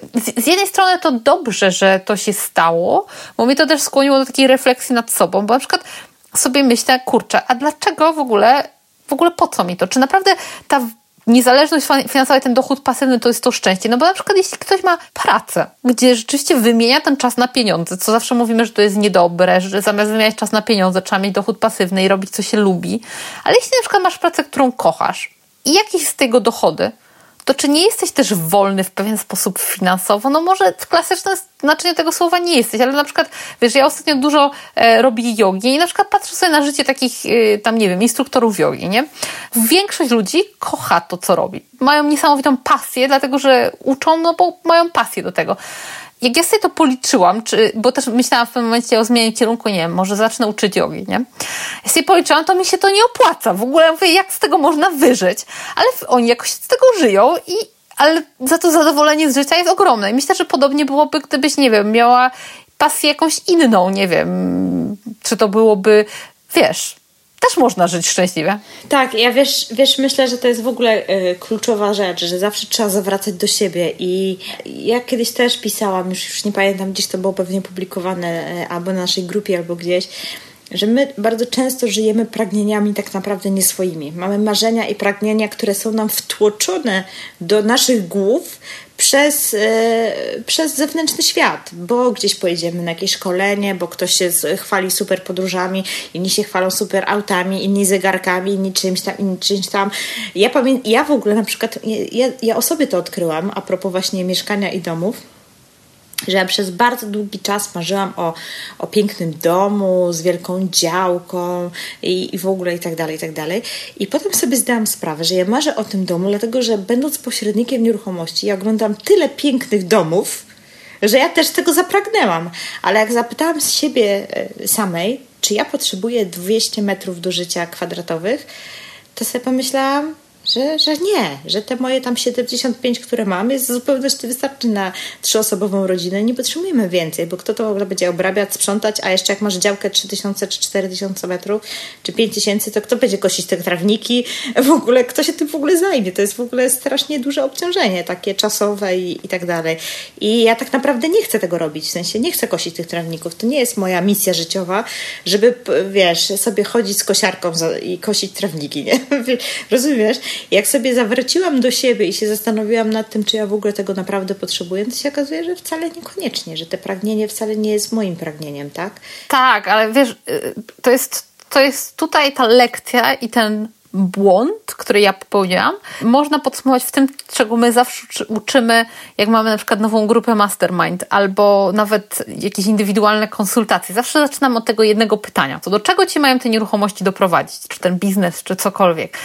Z jednej strony to dobrze, że to się stało, bo mnie to też skłoniło do takiej refleksji nad sobą, bo na przykład sobie myślę, kurczę, a dlaczego w ogóle, w ogóle po co mi to? Czy naprawdę ta niezależność finansowa i ten dochód pasywny to jest to szczęście? No bo na przykład jeśli ktoś ma pracę, gdzie rzeczywiście wymienia ten czas na pieniądze, co zawsze mówimy, że to jest niedobre, że zamiast wymieniać czas na pieniądze trzeba mieć dochód pasywny i robić co się lubi, ale jeśli na przykład masz pracę, którą kochasz i jakieś z tego dochody, to czy nie jesteś też wolny w pewien sposób finansowo? No może w klasycznym znaczeniu tego słowa nie jesteś, ale na przykład, wiesz, ja ostatnio dużo e, robię jogi i na przykład patrzę sobie na życie takich, e, tam nie wiem, instruktorów jogi, nie? Większość ludzi kocha to, co robi. Mają niesamowitą pasję, dlatego że uczą, no bo mają pasję do tego. Jak ja sobie to policzyłam, czy, bo też myślałam w pewnym momencie o zmianie kierunku, nie wiem, może zacznę uczyć jogi, nie? Jak sobie policzyłam, to mi się to nie opłaca. W ogóle mówię, jak z tego można wyżyć? Ale oni jakoś z tego żyją i ale za to zadowolenie z życia jest ogromne. I myślę, że podobnie byłoby, gdybyś, nie wiem, miała pasję jakąś inną, nie wiem, czy to byłoby, wiesz... Też można żyć szczęśliwie. Tak, ja wiesz, wiesz myślę, że to jest w ogóle y, kluczowa rzecz, że zawsze trzeba zawracać do siebie i ja kiedyś też pisałam, już, już nie pamiętam, gdzieś to było pewnie publikowane y, albo na naszej grupie, albo gdzieś, że my bardzo często żyjemy pragnieniami tak naprawdę nie swoimi. Mamy marzenia i pragnienia, które są nam wtłoczone do naszych głów przez, e, przez zewnętrzny świat, bo gdzieś pojedziemy na jakieś szkolenie, bo ktoś się chwali super podróżami, inni się chwalą super autami, inni zegarkami, inni czymś tam, inni czymś tam. Ja, pamię- ja w ogóle na przykład, ja, ja o sobie to odkryłam, a propos właśnie mieszkania i domów, że ja przez bardzo długi czas marzyłam o, o pięknym domu z wielką działką i, i w ogóle i tak dalej, i tak dalej. I potem sobie zdałam sprawę, że ja marzę o tym domu, dlatego że będąc pośrednikiem nieruchomości, ja oglądam tyle pięknych domów, że ja też tego zapragnęłam. Ale jak zapytałam z siebie samej, czy ja potrzebuję dwieście metrów do życia kwadratowych, to sobie pomyślałam, Że, że nie, że te moje tam siedemdziesiąt pięć, które mam, jest w zupełności wystarczy na trzyosobową rodzinę. Nie potrzebujemy więcej, bo kto to w ogóle będzie obrabiać, sprzątać, a jeszcze jak masz działkę trzy tysiące czy cztery tysiące metrów, czy pięć tysięcy, to kto będzie kosić te trawniki? W ogóle, kto się tym w ogóle zajmie? To jest w ogóle strasznie duże obciążenie, takie czasowe i, i tak dalej. I ja tak naprawdę nie chcę tego robić, w sensie nie chcę kosić tych trawników. To nie jest moja misja życiowa, żeby, wiesz, sobie chodzić z kosiarką i kosić trawniki, nie? Rozumiesz? Jak sobie zawróciłam do siebie i się zastanowiłam nad tym, czy ja w ogóle tego naprawdę potrzebuję, to się okazuje, że wcale niekoniecznie, że te pragnienie wcale nie jest moim pragnieniem, tak? Tak, ale wiesz, to jest, to jest tutaj ta lekcja i ten błąd, który ja popełniłam, można podsumować w tym, czego my zawsze uczymy, jak mamy na przykład nową grupę mastermind albo nawet jakieś indywidualne konsultacje. Zawsze zaczynam od tego jednego pytania. To do czego ci mają te nieruchomości doprowadzić? Czy ten biznes, czy cokolwiek?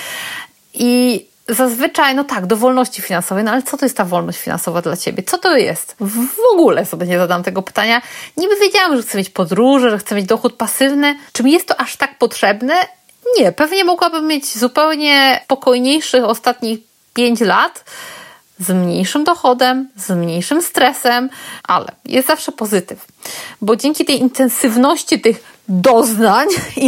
I zazwyczaj, no tak, do wolności finansowej, no ale co to jest ta wolność finansowa dla ciebie? Co to jest? W ogóle sobie nie zadam tego pytania. Niby wiedziałam, że chcę mieć podróże, że chcę mieć dochód pasywny. Czy mi jest to aż tak potrzebne? Nie, pewnie mogłabym mieć zupełnie spokojniejszych ostatnich pięć lat z mniejszym dochodem, z mniejszym stresem, ale jest zawsze pozytyw, bo dzięki tej intensywności tych doznań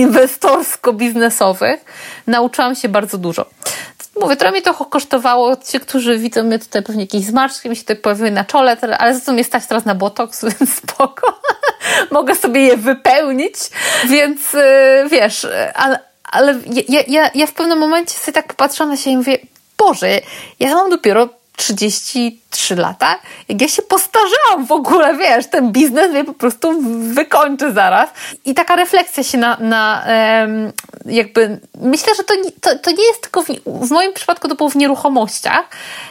inwestorsko-biznesowych nauczyłam się bardzo dużo. Mówię, trochę mnie to kosztowało. Ci, którzy widzą mnie tutaj, pewnie jakieś zmarszczki mi się tutaj pojawiły na czole, ale za co mnie stać teraz na botoks, więc spoko. Mogę sobie je wypełnić, więc yy, wiesz, ale, ale ja, ja, ja w pewnym momencie sobie tak popatrzyłam na siebie i mówię, Boże, ja mam dopiero trzydzieści trzy lata, jak ja się postarzałam w ogóle, wiesz, ten biznes mnie po prostu wykończy zaraz. I taka refleksja się na, na um, jakby, myślę, że to, to, to nie jest tylko, w, w moim przypadku to było w nieruchomościach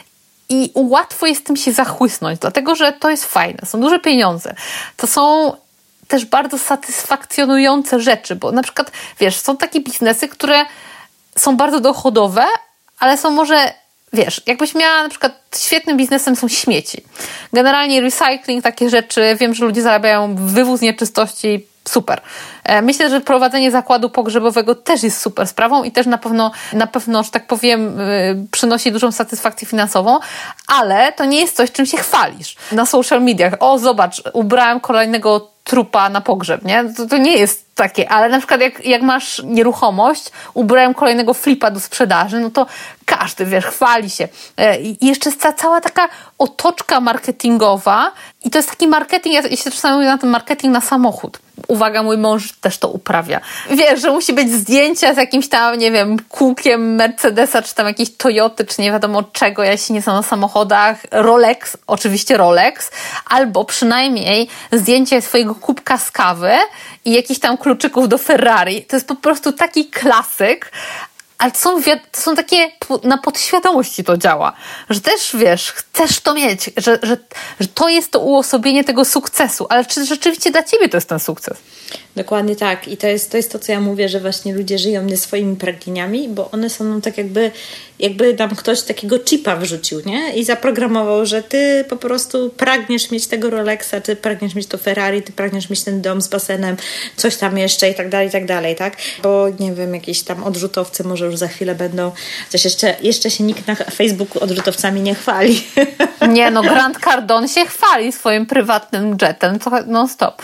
i łatwo jest tym się zachłysnąć, dlatego, że to jest fajne, są duże pieniądze, to są też bardzo satysfakcjonujące rzeczy, bo na przykład, wiesz, są takie biznesy, które są bardzo dochodowe, ale są może, wiesz, jakbyś miała na przykład świetnym biznesem są śmieci. Generalnie recycling, takie rzeczy, wiem, że ludzie zarabiają wywóz nieczystości super. Myślę, że prowadzenie zakładu pogrzebowego też jest super sprawą i też na pewno, na pewno, że tak powiem, przynosi dużą satysfakcję finansową, ale to nie jest coś, czym się chwalisz na social mediach. O, zobacz, ubrałem kolejnego trupa na pogrzeb, nie? To, to nie jest takie, ale na przykład jak, jak masz nieruchomość, ubrałem kolejnego flipa do sprzedaży, no to każdy, wiesz, chwali się. I jeszcze jest ta cała taka otoczka marketingowa i to jest taki marketing, ja się czasami mówię na ten marketing na samochód. Uwaga, mój mąż też to uprawia. Wiesz, że musi być zdjęcia z jakimś tam, nie wiem, kółkiem Mercedesa, czy tam jakiejś Toyoty, czy nie wiadomo czego, ja się nie znam na samochodach. Rolex, oczywiście Rolex, albo przynajmniej zdjęcie swojego kubka z kawy i jakichś tam kluczyków do Ferrari. To jest po prostu taki klasyk, ale to są, to są takie, na podświadomości to działa, że też, wiesz, chcesz to mieć, że, że, że to jest to uosobienie tego sukcesu, ale czy rzeczywiście dla ciebie to jest ten sukces? Dokładnie tak. I to jest, to jest to, co ja mówię, że właśnie ludzie żyją nie swoimi pragnieniami, bo one są nam tak jakby, jakby nam ktoś takiego chipa wrzucił, nie? I zaprogramował, że ty po prostu pragniesz mieć tego Rolexa, ty pragniesz mieć to Ferrari, ty pragniesz mieć ten dom z basenem, coś tam jeszcze i tak dalej, i tak dalej, tak? Bo nie wiem, jakieś tam odrzutowce może już za chwilę będą, coś jeszcze, jeszcze się nikt na Facebooku odrzutowcami nie chwali. Nie, no Grant Cardone się chwali swoim prywatnym jetem, to non stop.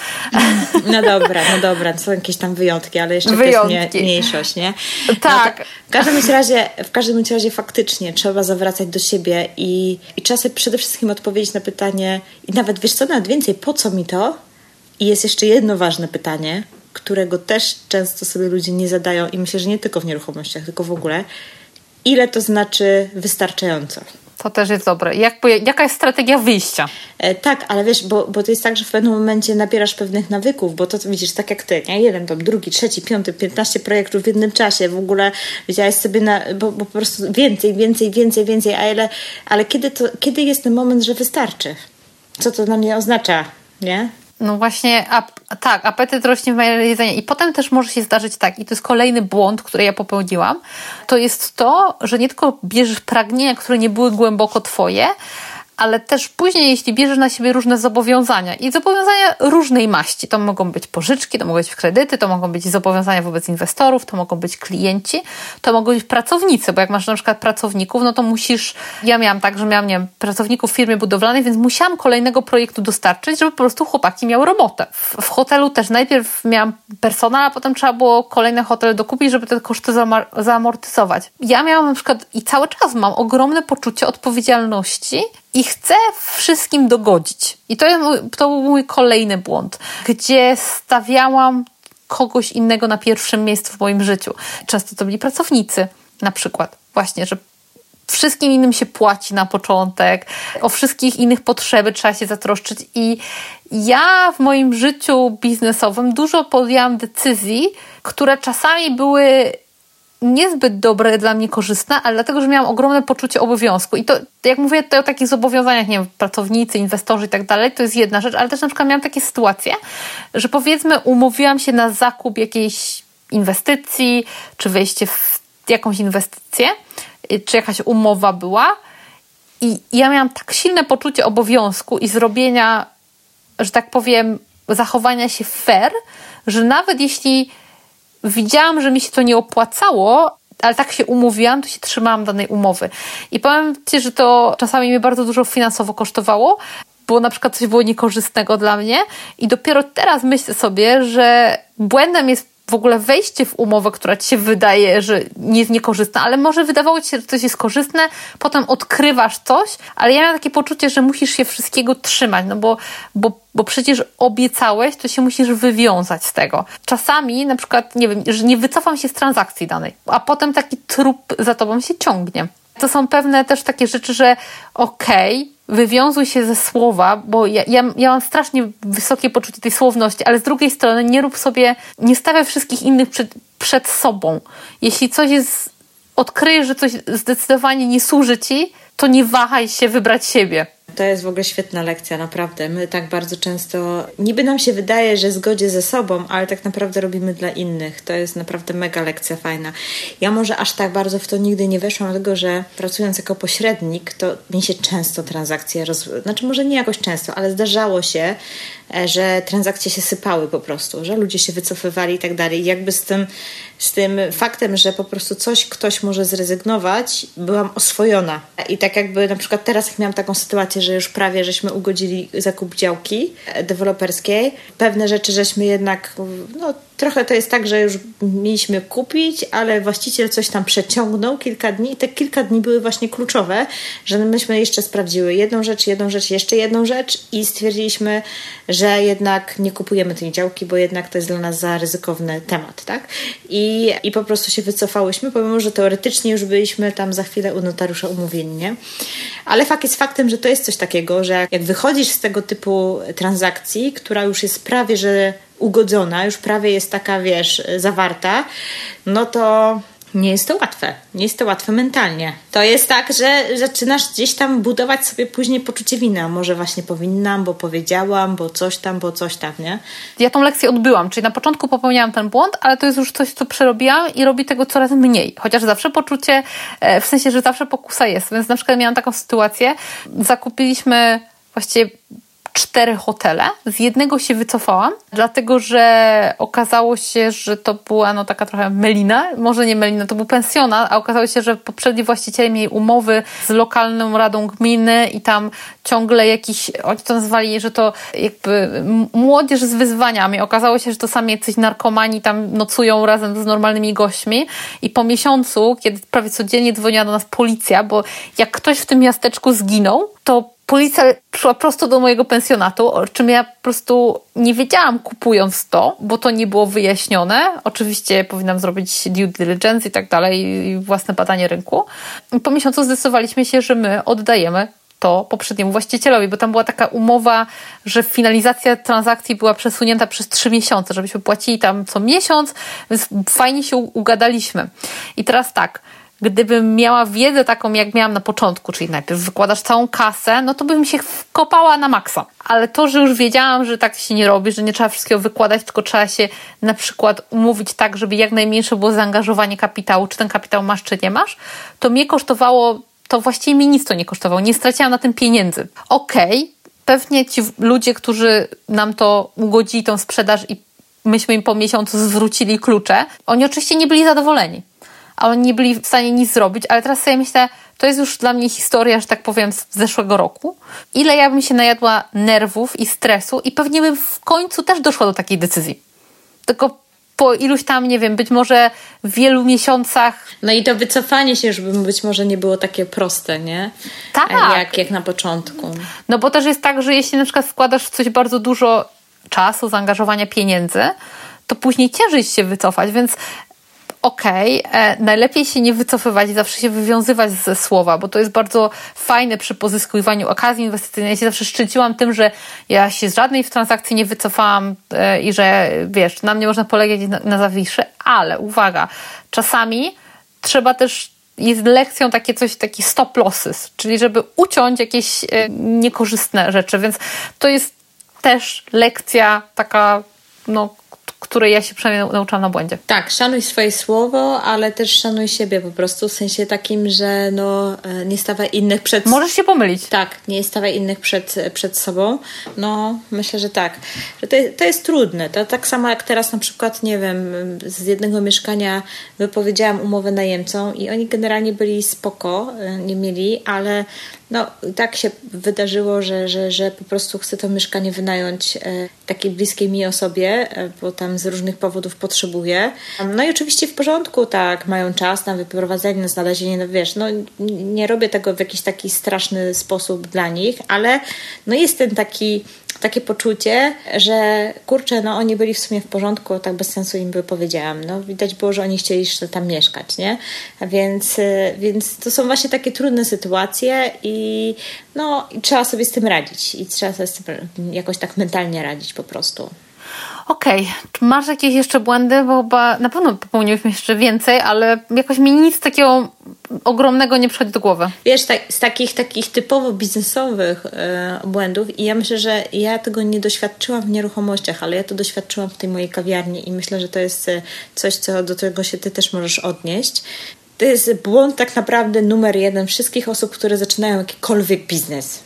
No dobra, no dobra, to są jakieś tam wyjątki, ale jeszcze wyjątki. To jest nie, mniejszość, nie? Tak. No w każdym razie, w każdym razie faktycznie trzeba zawracać do siebie i, i trzeba sobie przede wszystkim odpowiedzieć na pytanie i nawet, wiesz co, nawet więcej, po co mi to? I jest jeszcze jedno ważne pytanie, którego też często sobie ludzie nie zadają i myślę, że nie tylko w nieruchomościach, tylko w ogóle. Ile to znaczy wystarczająco? To też jest dobre. Jak, jaka jest strategia wyjścia? E, tak, ale wiesz, bo, bo to jest tak, że w pewnym momencie nabierasz pewnych nawyków, bo to widzisz, tak jak ty, nie? Jeden dom, drugi, trzeci, piąty, piętnaście projektów w jednym czasie. W ogóle wiedziałaś sobie, na, bo, bo po prostu więcej, więcej, więcej, więcej, ale, ale kiedy, to, kiedy jest ten moment, że wystarczy? Co to dla mnie oznacza, nie? No właśnie, a, tak, apetyt rośnie w miarę jedzenia. I potem też może się zdarzyć tak, i to jest kolejny błąd, który ja popełniłam, to jest to, że nie tylko bierzesz pragnienia, które nie były głęboko twoje, ale też później, jeśli bierzesz na siebie różne zobowiązania i zobowiązania różnej maści, to mogą być pożyczki, to mogą być kredyty, to mogą być zobowiązania wobec inwestorów, to mogą być klienci, to mogą być pracownicy, bo jak masz na przykład pracowników, no to musisz, ja miałam tak, że miałam, nie wiem, pracowników w firmie budowlanej, więc musiałam kolejnego projektu dostarczyć, żeby po prostu chłopaki miały robotę. W, w hotelu też najpierw miałam personel, a potem trzeba było kolejne hotele dokupić, żeby te koszty zamar- zaamortyzować. Ja miałam na przykład i cały czas mam ogromne poczucie odpowiedzialności i chcę wszystkim dogodzić. I to, jest mój, to był mój kolejny błąd, gdzie stawiałam kogoś innego na pierwszym miejscu w moim życiu. Często to byli pracownicy, na przykład. Właśnie, że wszystkim innym się płaci na początek, o wszystkich innych potrzeby trzeba się zatroszczyć. I ja w moim życiu biznesowym dużo podjęłam decyzji, które czasami były niezbyt dobre, dla mnie korzystne, ale dlatego, że miałam ogromne poczucie obowiązku. I to, jak mówię tutaj o takich zobowiązaniach, nie wiem, pracownicy, inwestorzy i tak dalej, to jest jedna rzecz, ale też na przykład miałam takie sytuacje, że powiedzmy umówiłam się na zakup jakiejś inwestycji, czy wejście w jakąś inwestycję, czy jakaś umowa była i ja miałam tak silne poczucie obowiązku i zrobienia, że tak powiem, zachowania się fair, że nawet jeśli widziałam, że mi się to nie opłacało, ale tak się umówiłam, to się trzymałam danej umowy. I powiem ci, że to czasami mnie bardzo dużo finansowo kosztowało, bo na przykład coś było niekorzystnego dla mnie i dopiero teraz myślę sobie, że błędem jest w ogóle wejście w umowę, która ci się wydaje, że nie jest niekorzystna, ale może wydawało ci się, że coś jest korzystne, potem odkrywasz coś, ale ja miałam takie poczucie, że musisz się wszystkiego trzymać, no bo, bo, bo przecież obiecałeś, to się musisz wywiązać z tego. Czasami na przykład, nie wiem, że nie wycofam się z transakcji danej, a potem taki trup za tobą się ciągnie. To są pewne też takie rzeczy, że okej, okay, wywiązuj się ze słowa, bo ja, ja, ja mam strasznie wysokie poczucie tej słowności, ale z drugiej strony nie rób sobie, nie stawiaj wszystkich innych przed, przed sobą. Jeśli coś jest, odkryjesz, że coś zdecydowanie nie służy ci, to nie wahaj się wybrać siebie. to jest w ogóle świetna lekcja, naprawdę. My tak bardzo często, niby nam się wydaje, że zgodzie ze sobą, ale tak naprawdę robimy dla innych. To jest naprawdę mega lekcja fajna. Ja może aż tak bardzo w to nigdy nie weszłam, dlatego że pracując jako pośrednik, to mi się często transakcje, roz... znaczy może nie jakoś często, ale zdarzało się, że transakcje się sypały po prostu, że ludzie się wycofywali i tak dalej. Jakby z tym, z tym faktem, że po prostu coś ktoś może zrezygnować, byłam oswojona. I tak jakby na przykład teraz jak miałam taką sytuację, że już prawie żeśmy ugodzili zakup działki deweloperskiej, pewne rzeczy żeśmy jednak, no trochę to jest tak, że już mieliśmy kupić, ale właściciel coś tam przeciągnął kilka dni i te kilka dni były właśnie kluczowe, że myśmy jeszcze sprawdziły jedną rzecz, jedną rzecz, jeszcze jedną rzecz i stwierdziliśmy, że jednak nie kupujemy tej działki, bo jednak to jest dla nas za ryzykowny temat, tak? I, i po prostu się wycofałyśmy, pomimo, że teoretycznie już byliśmy tam za chwilę u notariusza umówieni, nie? Ale fakt jest faktem, że to jest coś takiego, że jak wychodzisz z tego typu transakcji, która już jest prawie, że ugodzona, już prawie jest taka, wiesz, zawarta, no to nie jest to łatwe. Nie jest to łatwe mentalnie. To jest tak, że zaczynasz gdzieś tam budować sobie później poczucie winy. A może właśnie powinnam, bo powiedziałam, bo coś tam, bo coś tam, nie? Ja tą lekcję odbyłam, czyli na początku popełniałam ten błąd, ale to jest już coś, co przerobiłam i robi tego coraz mniej. Chociaż zawsze poczucie, w sensie, że zawsze pokusa jest. Więc na przykład miałam taką sytuację, zakupiliśmy właściwie cztery hotele. Z jednego się wycofałam, dlatego że okazało się, że to była no taka trochę melina. Może nie melina, to był pensjonat, a okazało się, że poprzedni właściciele mieli umowy z lokalną radą gminy i tam ciągle jakiś, oni to nazwali, że to jakby młodzież z wyzwaniami. Okazało się, że to sami jacyś narkomani tam nocują razem z normalnymi gośćmi i po miesiącu, kiedy prawie codziennie dzwoniła do nas policja, bo jak ktoś w tym miasteczku zginął, to policja przyszła prosto do mojego pensjonatu, o czym ja po prostu nie wiedziałam kupując to, bo to nie było wyjaśnione. Oczywiście powinnam zrobić due diligence i tak dalej, i własne badanie rynku. I po miesiącu zdecydowaliśmy się, że my oddajemy to poprzedniemu właścicielowi, bo tam była taka umowa, że finalizacja transakcji była przesunięta przez trzy miesiące, żebyśmy płacili tam co miesiąc, więc fajnie się ugadaliśmy. I teraz tak, gdybym miała wiedzę taką, jak miałam na początku, czyli najpierw wykładasz całą kasę, no to bym się wkopała na maksa. Ale to, że już wiedziałam, że tak się nie robi, że nie trzeba wszystkiego wykładać, tylko trzeba się na przykład umówić tak, żeby jak najmniejsze było zaangażowanie kapitału, czy ten kapitał masz, czy nie masz, to mnie kosztowało, to właściwie mi nic to nie kosztowało. Nie straciłam na tym pieniędzy. Okej, okay, pewnie ci ludzie, którzy nam to ugodzili, tą sprzedaż i myśmy im po miesiącu zwrócili klucze, oni oczywiście nie byli zadowoleni. A oni nie byli w stanie nic zrobić, ale teraz sobie myślę, to jest już dla mnie historia, że tak powiem, z zeszłego roku. Ile ja bym się najadła nerwów i stresu i pewnie bym w końcu też doszła do takiej decyzji. Tylko po iluś tam, nie wiem, być może w wielu miesiącach... No i to wycofanie się już by być może nie było takie proste, nie? Tak. Jak, jak na początku. No bo też jest tak, że jeśli na przykład wkładasz w coś bardzo dużo czasu, zaangażowania, pieniędzy, to później ciężej się wycofać, więc okej, okay, najlepiej się nie wycofywać i zawsze się wywiązywać ze słowa, bo to jest bardzo fajne przy pozyskiwaniu okazji inwestycyjnej. Ja się zawsze szczyciłam tym, że ja się z żadnej transakcji nie wycofałam e, i że, wiesz, na mnie można polegać na, na zawiszy, ale uwaga, czasami trzeba też, jest lekcją takie coś, taki stop losses, czyli żeby uciąć jakieś e, niekorzystne rzeczy, więc to jest też lekcja taka, no, której ja się przynajmniej nauczyłam na błędzie. Tak, szanuj swoje słowo, ale też szanuj siebie po prostu, w sensie takim, że no, nie stawaj innych przed... Możesz się pomylić. Tak, nie stawaj innych przed, przed sobą. No, myślę, że tak. Że to, to jest trudne. To tak samo jak teraz na przykład, nie wiem, z jednego mieszkania wypowiedziałam umowę najemcom i oni generalnie byli spoko, nie mieli, ale no tak się wydarzyło, że, że, że po prostu chcę to mieszkanie wynająć e, takiej bliskiej mi osobie, e, bo tam z różnych powodów potrzebuję. No i oczywiście w porządku, tak, mają czas na wyprowadzenie, na znalezienie, no wiesz, no nie robię tego w jakiś taki straszny sposób dla nich, ale no jest ten taki takie poczucie, że kurczę, no oni byli w sumie w porządku, tak bez sensu im by powiedziałam. No widać było, że oni chcieli jeszcze tam mieszkać, nie? Więc, więc to są właśnie takie trudne sytuacje i no i trzeba sobie z tym radzić i trzeba sobie z tym jakoś tak mentalnie radzić po prostu. Okej, okay. Czy masz jakieś jeszcze błędy? Bo na pewno popełniłyśmy jeszcze więcej, ale jakoś mi nic takiego ogromnego nie przychodzi do głowy. Wiesz, tak, z takich takich typowo biznesowych e, błędów i ja myślę, że ja tego nie doświadczyłam w nieruchomościach, ale ja to doświadczyłam w tej mojej kawiarni i myślę, że to jest coś, co do tego się ty też możesz odnieść. To jest błąd tak naprawdę numer jeden wszystkich osób, które zaczynają jakikolwiek biznes.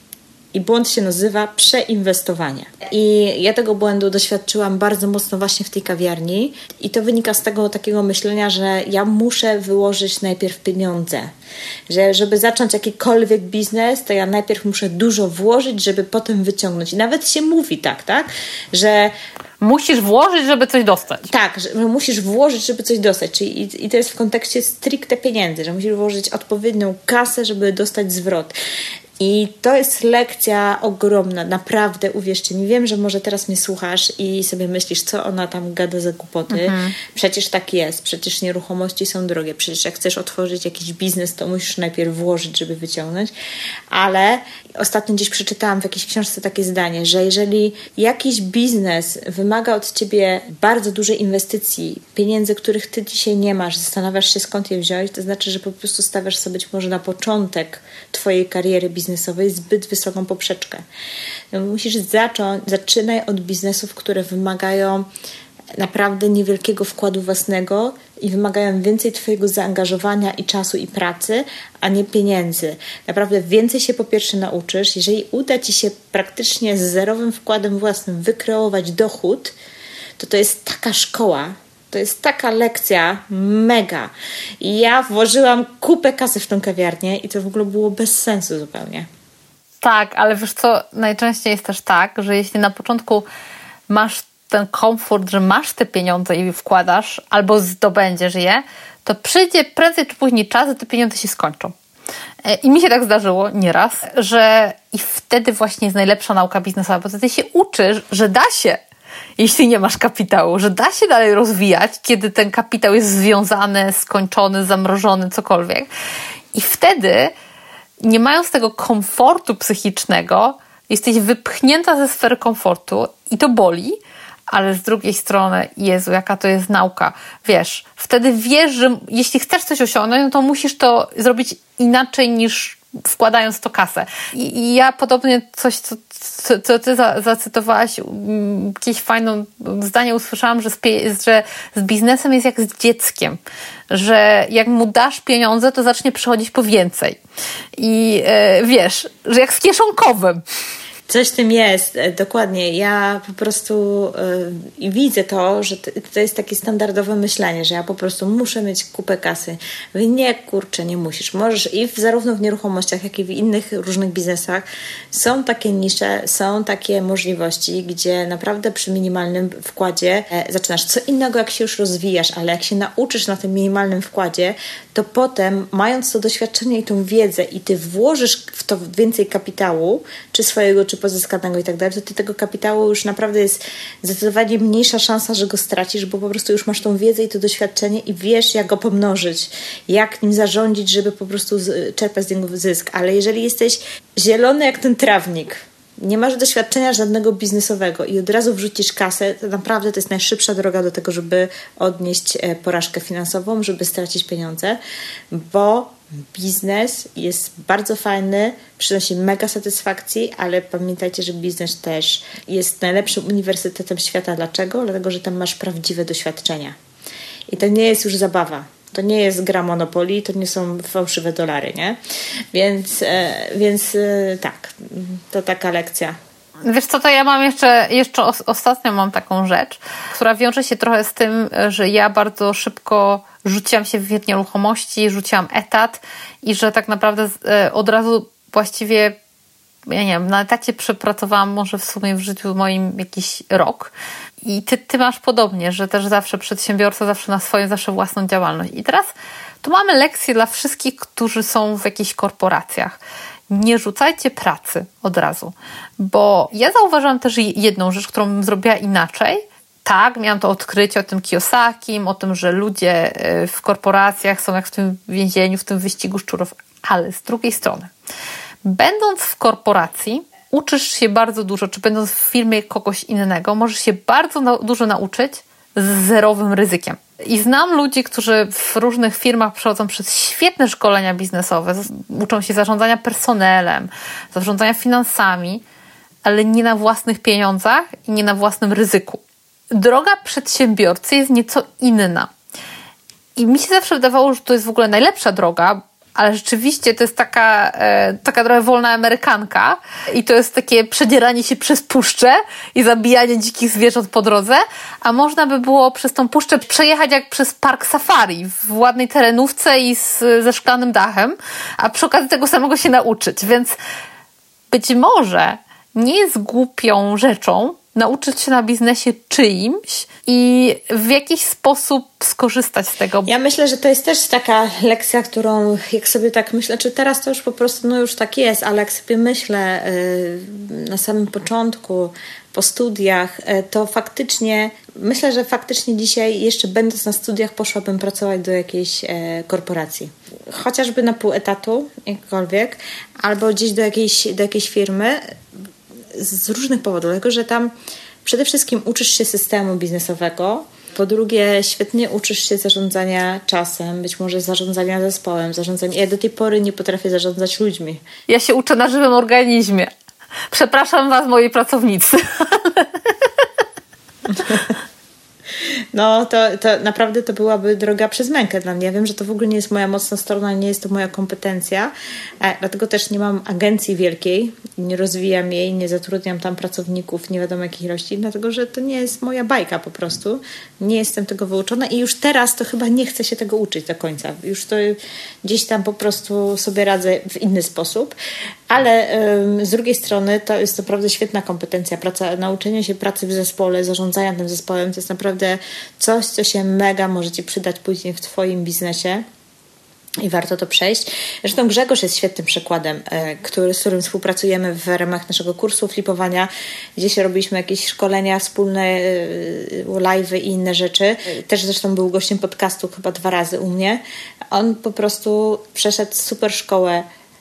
I błąd się nazywa przeinwestowanie. I ja tego błędu doświadczyłam bardzo mocno właśnie w tej kawiarni. I to wynika z tego takiego myślenia, że ja muszę wyłożyć najpierw pieniądze. Że żeby zacząć jakikolwiek biznes, to ja najpierw muszę dużo włożyć, żeby potem wyciągnąć. I nawet się mówi tak, tak? Że musisz włożyć, żeby coś dostać. Tak, że musisz włożyć, żeby coś dostać. Czyli i, i to jest w kontekście stricte pieniędzy, że musisz włożyć odpowiednią kasę, żeby dostać zwrot. I to jest lekcja ogromna, naprawdę, uwierzcie mi. Wiem, że może teraz mnie słuchasz i sobie myślisz, co ona tam gada za głupoty. Mhm. Przecież tak jest, przecież nieruchomości są drogie. Przecież jak chcesz otworzyć jakiś biznes, to musisz najpierw włożyć, żeby wyciągnąć. Ale ostatnio gdzieś przeczytałam w jakiejś książce takie zdanie, że jeżeli jakiś biznes wymaga od ciebie bardzo dużej inwestycji, pieniędzy, których ty dzisiaj nie masz, zastanawiasz się, skąd je wziąć, to znaczy, że po prostu stawiasz sobie być może na początek twojej kariery biznesowej biznesowej zbyt wysoką poprzeczkę. Musisz zacząć, zaczynaj od biznesów, które wymagają naprawdę niewielkiego wkładu własnego i wymagają więcej twojego zaangażowania i czasu i pracy, a nie pieniędzy. Naprawdę więcej się po pierwsze nauczysz. Jeżeli uda ci się praktycznie z zerowym wkładem własnym wykreować dochód, to to jest taka szkoła, to jest taka lekcja mega. I ja włożyłam kupę kasy w tą kawiarnię i to w ogóle było bez sensu zupełnie. Tak, ale wiesz co, najczęściej jest też tak, że jeśli na początku masz ten komfort, że masz te pieniądze i wkładasz, albo zdobędziesz je, to przyjdzie prędzej czy później czas, że te pieniądze się skończą. I mi się tak zdarzyło nieraz, że i wtedy właśnie jest najlepsza nauka biznesowa, bo ty się uczysz, że da się, jeśli nie masz kapitału, że da się dalej rozwijać, kiedy ten kapitał jest związany, skończony, zamrożony, cokolwiek. I wtedy, nie mając tego komfortu psychicznego, jesteś wypchnięta ze sfery komfortu i to boli, ale z drugiej strony, Jezu, jaka to jest nauka. Wiesz, wtedy wiesz, że jeśli chcesz coś osiągnąć, no to musisz to zrobić inaczej niż wkładając to kasę. I, i ja podobnie coś, co, co, co ty za, zacytowałaś, jakieś fajne zdanie usłyszałam, że z, pie, że z biznesem jest jak z dzieckiem, że jak mu dasz pieniądze, to zacznie przychodzić po więcej. I e, wiesz, że jak z kieszonkowym. Coś w tym jest, dokładnie. Ja po prostu yy, widzę to, że to, to jest takie standardowe myślenie, że ja po prostu muszę mieć kupę kasy. Mówię, nie, kurczę, nie musisz. Możesz i w, zarówno w nieruchomościach, jak i w innych różnych biznesach są takie nisze, są takie możliwości, gdzie naprawdę przy minimalnym wkładzie e, zaczynasz. Co innego, jak się już rozwijasz, ale jak się nauczysz na tym minimalnym wkładzie, to potem, mając to doświadczenie i tą wiedzę i ty włożysz w to więcej kapitału, czy swojego, czy pozyskanego i tak dalej, to ty tego kapitału już naprawdę jest zdecydowanie mniejsza szansa, że go stracisz, bo po prostu już masz tą wiedzę i to doświadczenie i wiesz, jak go pomnożyć, jak nim zarządzić, żeby po prostu czerpać z niego zysk. Ale jeżeli jesteś zielony jak ten trawnik, nie masz doświadczenia żadnego biznesowego i od razu wrzucisz kasę, to naprawdę to jest najszybsza droga do tego, żeby odnieść porażkę finansową, żeby stracić pieniądze, bo biznes jest bardzo fajny, przynosi mega satysfakcji, ale pamiętajcie, że biznes też jest najlepszym uniwersytetem świata. Dlaczego? Dlatego, że tam masz prawdziwe doświadczenia. I to nie jest już zabawa. To nie jest gra Monopoly, to nie są fałszywe dolary, nie? Więc, e, więc e, tak, to taka lekcja. Wiesz co, to ja mam jeszcze, jeszcze os- ostatnio mam taką rzecz, która wiąże się trochę z tym, że ja bardzo szybko rzuciłam się w nieruchomości, rzuciłam etat i że tak naprawdę e, od razu właściwie, ja nie wiem, na etacie przepracowałam może w sumie w życiu moim jakiś rok. I ty, ty masz podobnie, że też zawsze przedsiębiorca, zawsze na swoją, zawsze własną działalność. I teraz tu mamy lekcję dla wszystkich, którzy są w jakichś korporacjach. Nie rzucajcie pracy od razu, bo ja zauważyłam też jedną rzecz, którą bym zrobiła inaczej. Tak, miałam to odkrycie o tym Kiyosakim, o tym, że ludzie w korporacjach są jak w tym więzieniu, w tym wyścigu szczurów, ale z drugiej strony, będąc w korporacji, uczysz się bardzo dużo, czy będąc w firmie kogoś innego, możesz się bardzo na, dużo nauczyć z zerowym ryzykiem. I znam ludzi, którzy w różnych firmach przechodzą przez świetne szkolenia biznesowe, uczą się zarządzania personelem, zarządzania finansami, ale nie na własnych pieniądzach i nie na własnym ryzyku. Droga przedsiębiorcy jest nieco inna. I mi się zawsze wydawało, że to jest w ogóle najlepsza droga, ale rzeczywiście to jest taka, e, taka trochę wolna amerykanka i to jest takie przedzieranie się przez puszczę i zabijanie dzikich zwierząt po drodze, a można by było przez tą puszczę przejechać jak przez park safari w ładnej terenówce i z, ze szklanym dachem, a przy okazji tego samego się nauczyć. Więc być może nie jest głupią rzeczą nauczyć się na biznesie czyimś i w jakiś sposób skorzystać z tego. Ja myślę, że to jest też taka lekcja, którą jak sobie tak myślę, czy teraz to już po prostu, no już tak jest, ale jak sobie myślę yy, na samym początku, po studiach, yy, to faktycznie, myślę, że faktycznie dzisiaj jeszcze będąc na studiach poszłabym pracować do jakiejś yy, korporacji. Chociażby na pół etatu, jakkolwiek, albo gdzieś do jakiejś, do jakiejś firmy, z różnych powodów, dlatego że tam przede wszystkim uczysz się systemu biznesowego, po drugie świetnie uczysz się zarządzania czasem, być może zarządzania zespołem, zarządzania. Ja do tej pory nie potrafię zarządzać ludźmi. Ja się uczę na żywym organizmie. Przepraszam was, moi pracownicy. No to, to naprawdę to byłaby droga przez mękę dla mnie. Ja wiem, że to w ogóle nie jest moja mocna strona, nie jest to moja kompetencja, e, dlatego też nie mam agencji wielkiej, nie rozwijam jej, nie zatrudniam tam pracowników nie wiadomo jakich ilości, dlatego że to nie jest moja bajka po prostu. Nie jestem tego wyuczona i już teraz to chyba nie chcę się tego uczyć do końca. Już to gdzieś tam po prostu sobie radzę w inny sposób, ale ym, z drugiej strony to jest naprawdę świetna kompetencja. Praca, nauczenie się pracy w zespole, zarządzania tym zespołem to jest naprawdę coś, co się mega może Ci przydać później w Twoim biznesie i warto to przejść. Zresztą Grzegorz jest świetnym przykładem, który, z którym współpracujemy w ramach naszego kursu flipowania. Gdzieś robiliśmy jakieś szkolenia wspólne, live'y i inne rzeczy. Też zresztą był gościem podcastu chyba dwa razy u mnie. On po prostu przeszedł super szkołę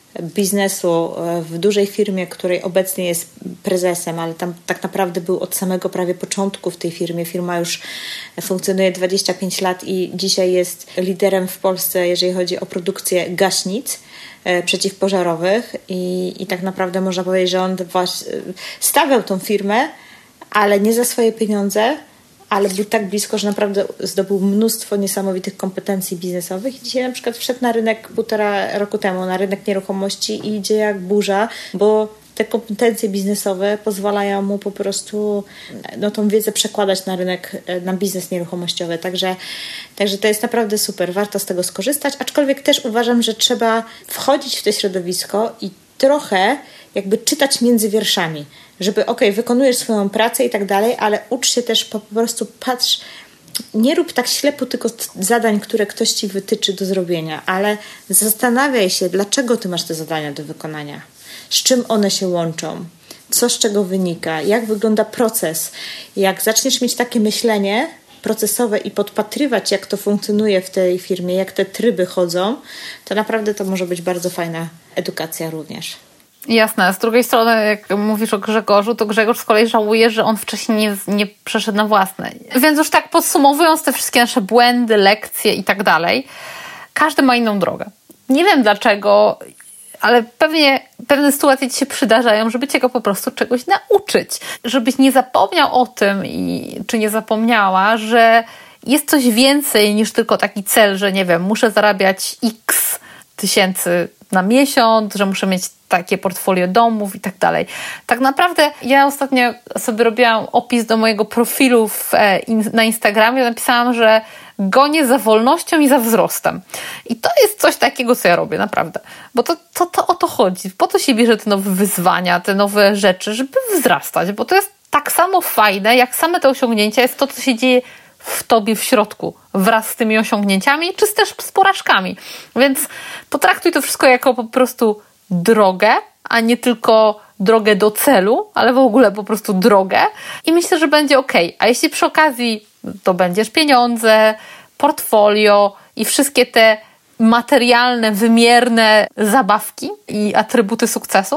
biznesu w dużej firmie, której obecnie jest prezesem, ale tam tak naprawdę był od samego prawie początku w tej firmie. Firma już funkcjonuje dwadzieścia pięć lat i dzisiaj jest liderem w Polsce, jeżeli chodzi o produkcję gaśnic przeciwpożarowych i, i tak naprawdę można powiedzieć, że on właśnie stawiał tą firmę, ale nie za swoje pieniądze, ale był tak blisko, że naprawdę zdobył mnóstwo niesamowitych kompetencji biznesowych. I dzisiaj na przykład wszedł na rynek półtora roku temu, na rynek nieruchomości i idzie jak burza, bo te kompetencje biznesowe pozwalają mu po prostu no, tą wiedzę przekładać na rynek, na biznes nieruchomościowy. Także, także to jest naprawdę super, warto z tego skorzystać, aczkolwiek też uważam, że trzeba wchodzić w to środowisko i trochę jakby czytać między wierszami, żeby okej, okay, wykonujesz swoją pracę i tak dalej, ale ucz się też po prostu, patrz, nie rób tak ślepo tylko zadań, które ktoś Ci wytyczy do zrobienia, ale zastanawiaj się, dlaczego Ty masz te zadania do wykonania, z czym one się łączą, co z czego wynika, jak wygląda proces. Jak zaczniesz mieć takie myślenie procesowe i podpatrywać, jak to funkcjonuje w tej firmie, jak te tryby chodzą, to naprawdę to może być bardzo fajna edukacja również. Jasne. Z drugiej strony, jak mówisz o Grzegorzu, to Grzegorz z kolei żałuje, że on wcześniej nie, nie przeszedł na własne. Więc już tak podsumowując te wszystkie nasze błędy, lekcje i tak dalej, każdy ma inną drogę. Nie wiem dlaczego, ale pewnie pewne sytuacje Ci się przydarzają, żeby Cię go po prostu czegoś nauczyć. Żebyś nie zapomniał o tym, i, czy nie zapomniała, że jest coś więcej niż tylko taki cel, że nie wiem, muszę zarabiać x tysięcy na miesiąc, że muszę mieć takie portfolio domów i tak dalej. Tak naprawdę ja ostatnio sobie robiłam opis do mojego profilu w, na Instagramie, napisałam, że gonię za wolnością i za wzrostem. I to jest coś takiego, co ja robię, naprawdę. Bo to, to, to o to chodzi. Po to się bierze te nowe wyzwania, te nowe rzeczy, żeby wzrastać, bo to jest tak samo fajne, jak same te osiągnięcia, jest to, co się dzieje w tobie w środku, wraz z tymi osiągnięciami, czy też z porażkami. Więc potraktuj to wszystko jako po prostu drogę, a nie tylko drogę do celu, ale w ogóle po prostu drogę i myślę, że będzie okej. A jeśli przy okazji zdobędziesz pieniądze, portfolio i wszystkie te materialne, wymierne zabawki i atrybuty sukcesu,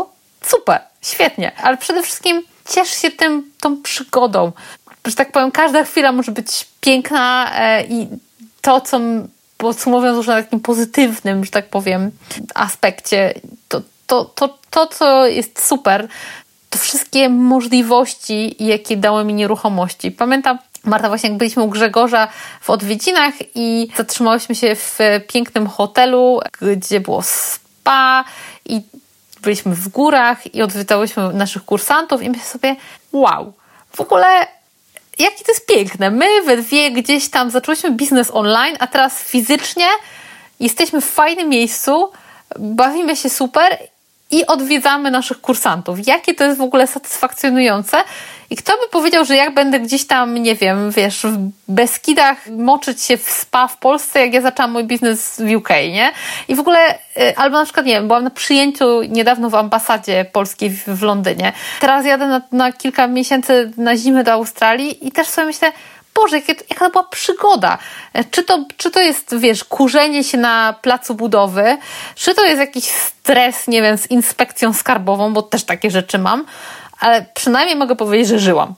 super, świetnie, ale przede wszystkim ciesz się tym, tą przygodą. Że tak powiem, każda chwila może być piękna e, i to, co podsumowując już na takim pozytywnym, że tak powiem, aspekcie, to, to, to, to co jest super, to wszystkie możliwości, jakie dały mi nieruchomości. Pamiętam, Marta, właśnie jak byliśmy u Grzegorza w odwiedzinach i zatrzymałyśmy się w pięknym hotelu, gdzie było spa i byliśmy w górach i odwiedzałyśmy naszych kursantów i myślę sobie, wow, w ogóle jakie to jest piękne. My we dwie gdzieś tam zaczęłyśmy biznes online, a teraz fizycznie jesteśmy w fajnym miejscu, bawimy się super i odwiedzamy naszych kursantów. Jakie to jest w ogóle satysfakcjonujące. I kto by powiedział, że jak będę gdzieś tam, nie wiem, wiesz, w Beskidach moczyć się w spa w Polsce, jak ja zaczęłam mój biznes w U K, nie? I w ogóle, albo na przykład, nie wiem, byłam na przyjęciu niedawno w ambasadzie polskiej w, w Londynie. Teraz jadę na, na kilka miesięcy na zimę do Australii i też sobie myślę, Boże, jaka, jaka to była przygoda. Czy to, czy to jest, wiesz, kurzenie się na placu budowy, czy to jest jakiś stres, nie wiem, z inspekcją skarbową, bo też takie rzeczy mam, ale przynajmniej mogę powiedzieć, że żyłam.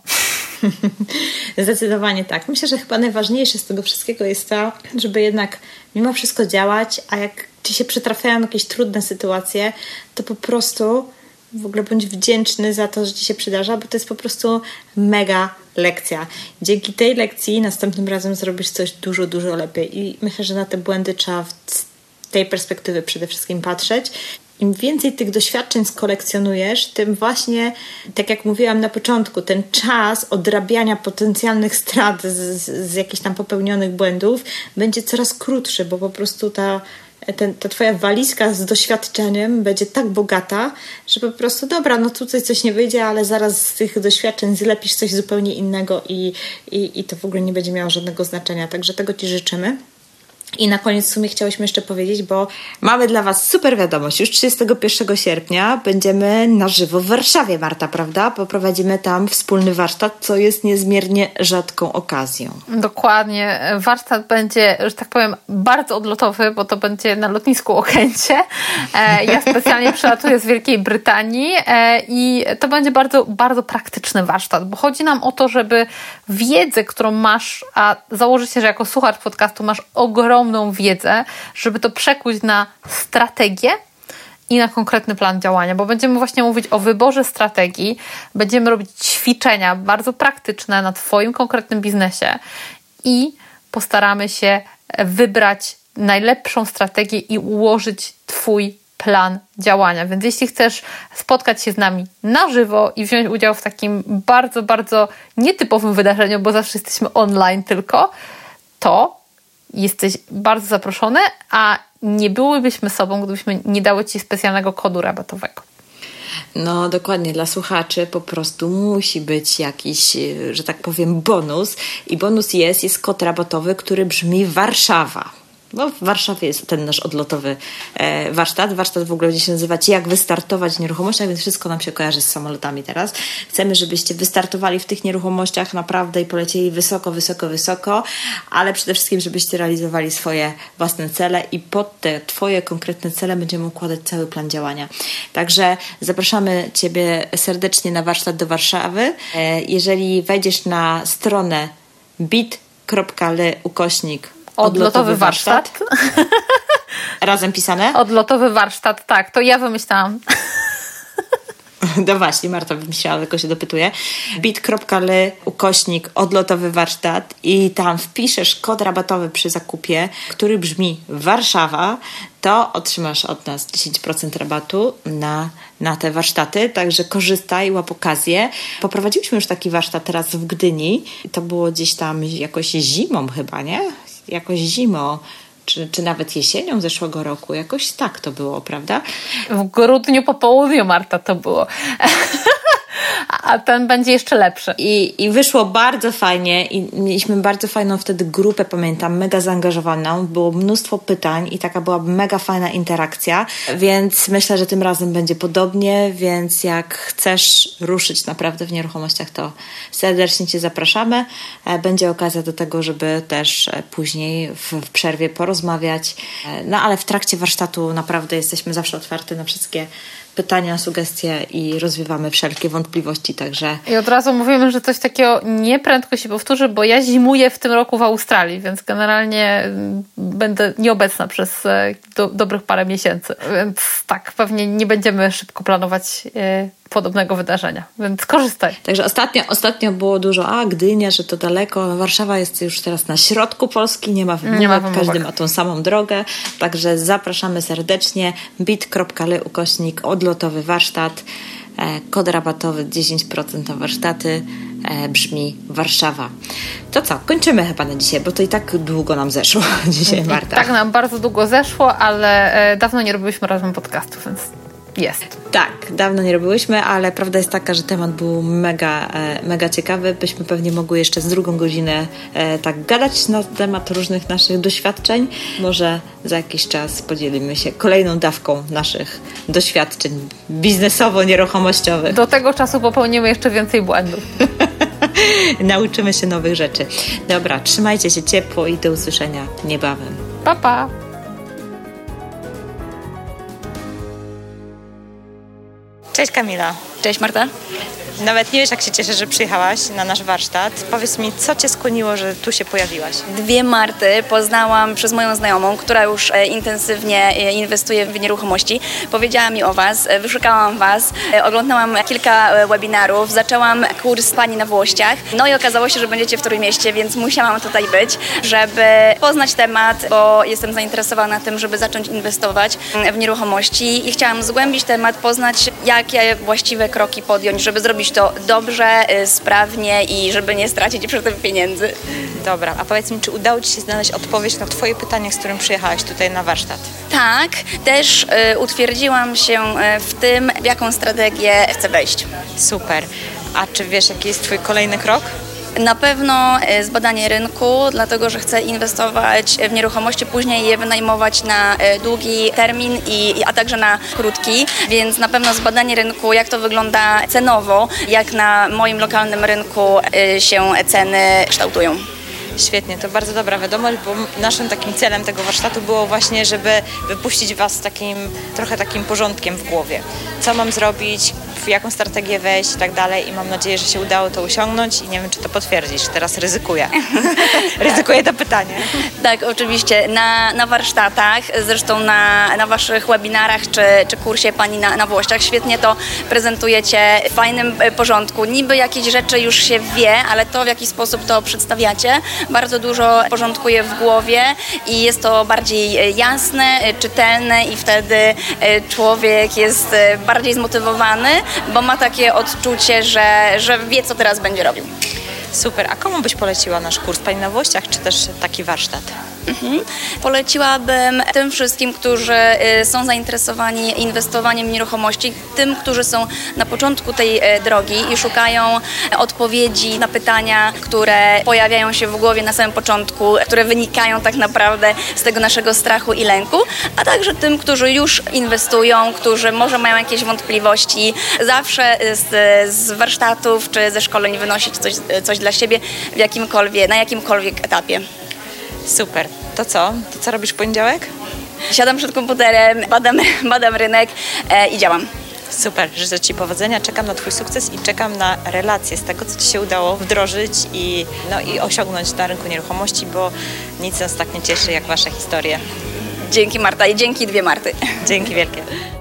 Zdecydowanie tak. Myślę, że chyba najważniejsze z tego wszystkiego jest to, żeby jednak mimo wszystko działać, a jak ci się przytrafiają jakieś trudne sytuacje, to po prostu w ogóle bądź wdzięczny za to, że ci się przydarza, bo to jest po prostu mega lekcja. Dzięki tej lekcji następnym razem zrobisz coś dużo, dużo lepiej i myślę, że na te błędy trzeba z tej perspektywy przede wszystkim patrzeć. Im więcej tych doświadczeń skolekcjonujesz, tym właśnie, tak jak mówiłam na początku, ten czas odrabiania potencjalnych strat z, z, z jakichś tam popełnionych błędów będzie coraz krótszy, bo po prostu ta Ten, ta twoja walizka z doświadczeniem będzie tak bogata, że po prostu dobra, no tutaj coś nie wyjdzie, ale zaraz z tych doświadczeń zlepisz coś zupełnie innego i, i, i to w ogóle nie będzie miało żadnego znaczenia. Także tego ci życzymy. I na koniec w sumie chciałyśmy jeszcze powiedzieć, bo mamy dla was super wiadomość. Już trzydziestego pierwszego sierpnia będziemy na żywo w Warszawie, Marta, prawda? Poprowadzimy tam wspólny warsztat, co jest niezmiernie rzadką okazją. Dokładnie. Warsztat będzie, że tak powiem, bardzo odlotowy, bo to będzie na lotnisku Okęcie. Ja specjalnie przylatuję z Wielkiej Brytanii i to będzie bardzo, bardzo praktyczny warsztat, bo chodzi nam o to, żeby wiedzę, którą masz, a założy się, że jako słuchacz podcastu masz ogromną wiedzę, żeby to przekuć na strategię i na konkretny plan działania, bo będziemy właśnie mówić o wyborze strategii, będziemy robić ćwiczenia bardzo praktyczne na twoim konkretnym biznesie i postaramy się wybrać najlepszą strategię i ułożyć twój plan działania. Więc jeśli chcesz spotkać się z nami na żywo i wziąć udział w takim bardzo, bardzo nietypowym wydarzeniu, bo zawsze jesteśmy online tylko, to jesteś bardzo zaproszony, a nie byłybyśmy sobą, gdybyśmy nie dały ci specjalnego kodu rabatowego. No dokładnie, dla słuchaczy po prostu musi być jakiś, że tak powiem, bonus. I bonus jest, jest kod rabatowy, który brzmi Warszawa. Bo w Warszawie jest ten nasz odlotowy e, warsztat. Warsztat w ogóle będzie się nazywać Jak wystartować w nieruchomościach, więc wszystko nam się kojarzy z samolotami teraz. Chcemy, żebyście wystartowali w tych nieruchomościach naprawdę i polecieli wysoko, wysoko, wysoko, ale przede wszystkim, żebyście realizowali swoje własne cele i pod te twoje konkretne cele będziemy układać cały plan działania. Także zapraszamy ciebie serdecznie na warsztat do Warszawy. E, jeżeli wejdziesz na stronę bit.ly ukośnik Odlotowy, Odlotowy warsztat. warsztat. Razem pisane? Odlotowy warsztat, tak. To ja wymyślałam. No właśnie, Marta wymyślała, tylko się dopytuje. bit.ly ukośnik odlotowy warsztat i tam wpiszesz kod rabatowy przy zakupie, który brzmi Warszawa, to otrzymasz od nas dziesięć procent rabatu na, na te warsztaty, także korzystaj, łap okazję. Poprowadziłyśmy już taki warsztat teraz w Gdyni. To było gdzieś tam jakoś zimą chyba, nie? Jakoś zimą. Czy, czy nawet jesienią zeszłego roku. Jakoś tak to było, prawda? W grudniu po południu, Marta, to było. A ten będzie jeszcze lepszy. I, I wyszło bardzo fajnie i mieliśmy bardzo fajną wtedy grupę, pamiętam, mega zaangażowaną. Było mnóstwo pytań i taka była mega fajna interakcja, więc myślę, że tym razem będzie podobnie, więc jak chcesz ruszyć naprawdę w nieruchomościach, to serdecznie cię zapraszamy. Będzie okazja do tego, żeby też później w, w przerwie porozmawiać. No ale w trakcie warsztatu naprawdę jesteśmy zawsze otwarte na wszystkie pytania, sugestie i rozwiewamy wszelkie wątpliwości, także... I od razu mówimy, że coś takiego nie prędko się powtórzy, bo ja zimuję w tym roku w Australii, więc generalnie będę nieobecna przez do, dobrych parę miesięcy, więc tak, pewnie nie będziemy szybko planować e, podobnego wydarzenia, więc korzystaj. Także ostatnio, ostatnio było dużo, a Gdynia, że to daleko, Warszawa jest już teraz na środku Polski, nie ma wymówek, nie ma wymówek. Każdy ma tą samą drogę, także zapraszamy serdecznie, bit.ly ukośnik odlotowy warsztat, e, kod rabatowy dziesięć procent na warsztaty, e, brzmi Warszawa. To co, kończymy chyba na dzisiaj, bo to i tak długo nam zeszło dzisiaj, Marta. Tak nam bardzo długo zeszło, ale e, dawno nie robiliśmy razem podcastu, więc jest. Tak, dawno nie robiłyśmy, ale prawda jest taka, że temat był mega, e, mega ciekawy. Byśmy pewnie mogły jeszcze z drugą godzinę e, tak gadać na temat różnych naszych doświadczeń. Może za jakiś czas podzielimy się kolejną dawką naszych doświadczeń biznesowo-nieruchomościowych. Do tego czasu popełnimy jeszcze więcej błędów. Nauczymy się nowych rzeczy. Dobra, trzymajcie się ciepło i do usłyszenia niebawem. Pa, pa! Cześć Kamila. Cześć Marta. Nawet nie wiesz, jak się cieszę, że przyjechałaś na nasz warsztat. Powiedz mi, co Cię skłoniło, że tu się pojawiłaś? Dwie Marty poznałam przez moją znajomą, która już e, intensywnie e, inwestuje w nieruchomości. Powiedziała mi o Was, e, wyszukałam Was, e, oglądałam kilka e, webinarów, zaczęłam kurs Pani na Włościach. No i okazało się, że będziecie w Trójmieście, więc musiałam tutaj być, żeby poznać temat, bo jestem zainteresowana tym, żeby zacząć inwestować w nieruchomości i chciałam zgłębić temat, poznać, jakie właściwe kroki podjąć, żeby zrobić to dobrze, sprawnie i żeby nie stracić przy tym pieniędzy. Dobra, a powiedz mi, czy udało Ci się znaleźć odpowiedź na Twoje pytanie, z którym przyjechałaś tutaj na warsztat? Tak, też y, utwierdziłam się w tym, w jaką strategię chcę wejść. Super. A czy wiesz, jaki jest Twój kolejny krok? Na pewno zbadanie rynku, dlatego że chcę inwestować w nieruchomości, później je wynajmować na długi termin, i, a także na krótki, więc na pewno zbadanie rynku, jak to wygląda cenowo, jak na moim lokalnym rynku się ceny kształtują. Świetnie, to bardzo dobra wiadomość, bo naszym takim celem tego warsztatu było właśnie, żeby wypuścić Was z takim, trochę takim porządkiem w głowie. Co mam zrobić, w jaką strategię wejść i tak dalej i mam nadzieję, że się udało to osiągnąć i nie wiem, czy to potwierdzisz. Teraz ryzykuję. ryzykuję to pytanie. Tak, oczywiście. Na, na warsztatach, zresztą na, na Waszych webinarach czy, czy kursie Pani na, na Włościach świetnie to prezentujecie w fajnym porządku. Niby jakieś rzeczy już się wie, ale to, w jaki sposób to przedstawiacie, bardzo dużo porządkuje w głowie i jest to bardziej jasne, czytelne i wtedy człowiek jest bardziej zmotywowany, bo ma takie odczucie, że, że wie, co teraz będzie robił. Super. A komu byś poleciła nasz kurs Pani na Włościach, czy też taki warsztat? Mhm. Poleciłabym tym wszystkim, którzy y, są zainteresowani inwestowaniem w nieruchomości, tym, którzy są na początku tej y, drogi i szukają odpowiedzi na pytania, które pojawiają się w głowie na samym początku, które wynikają tak naprawdę z tego naszego strachu i lęku, a także tym, którzy już inwestują, którzy może mają jakieś wątpliwości. Zawsze z, z warsztatów czy ze szkoleń wynosić coś, coś dla siebie w jakimkolwiek, na jakimkolwiek etapie. Super. To co? To co robisz w poniedziałek? Siadam przed komputerem, badam, badam rynek e, i działam. Super. Życzę Ci powodzenia. Czekam na Twój sukces i czekam na relacje z tego, co Ci się udało wdrożyć i, no, i osiągnąć na rynku nieruchomości, bo nic nas tak nie cieszy jak Wasze historie. Dzięki Marta i dzięki dwie Marty. Dzięki wielkie.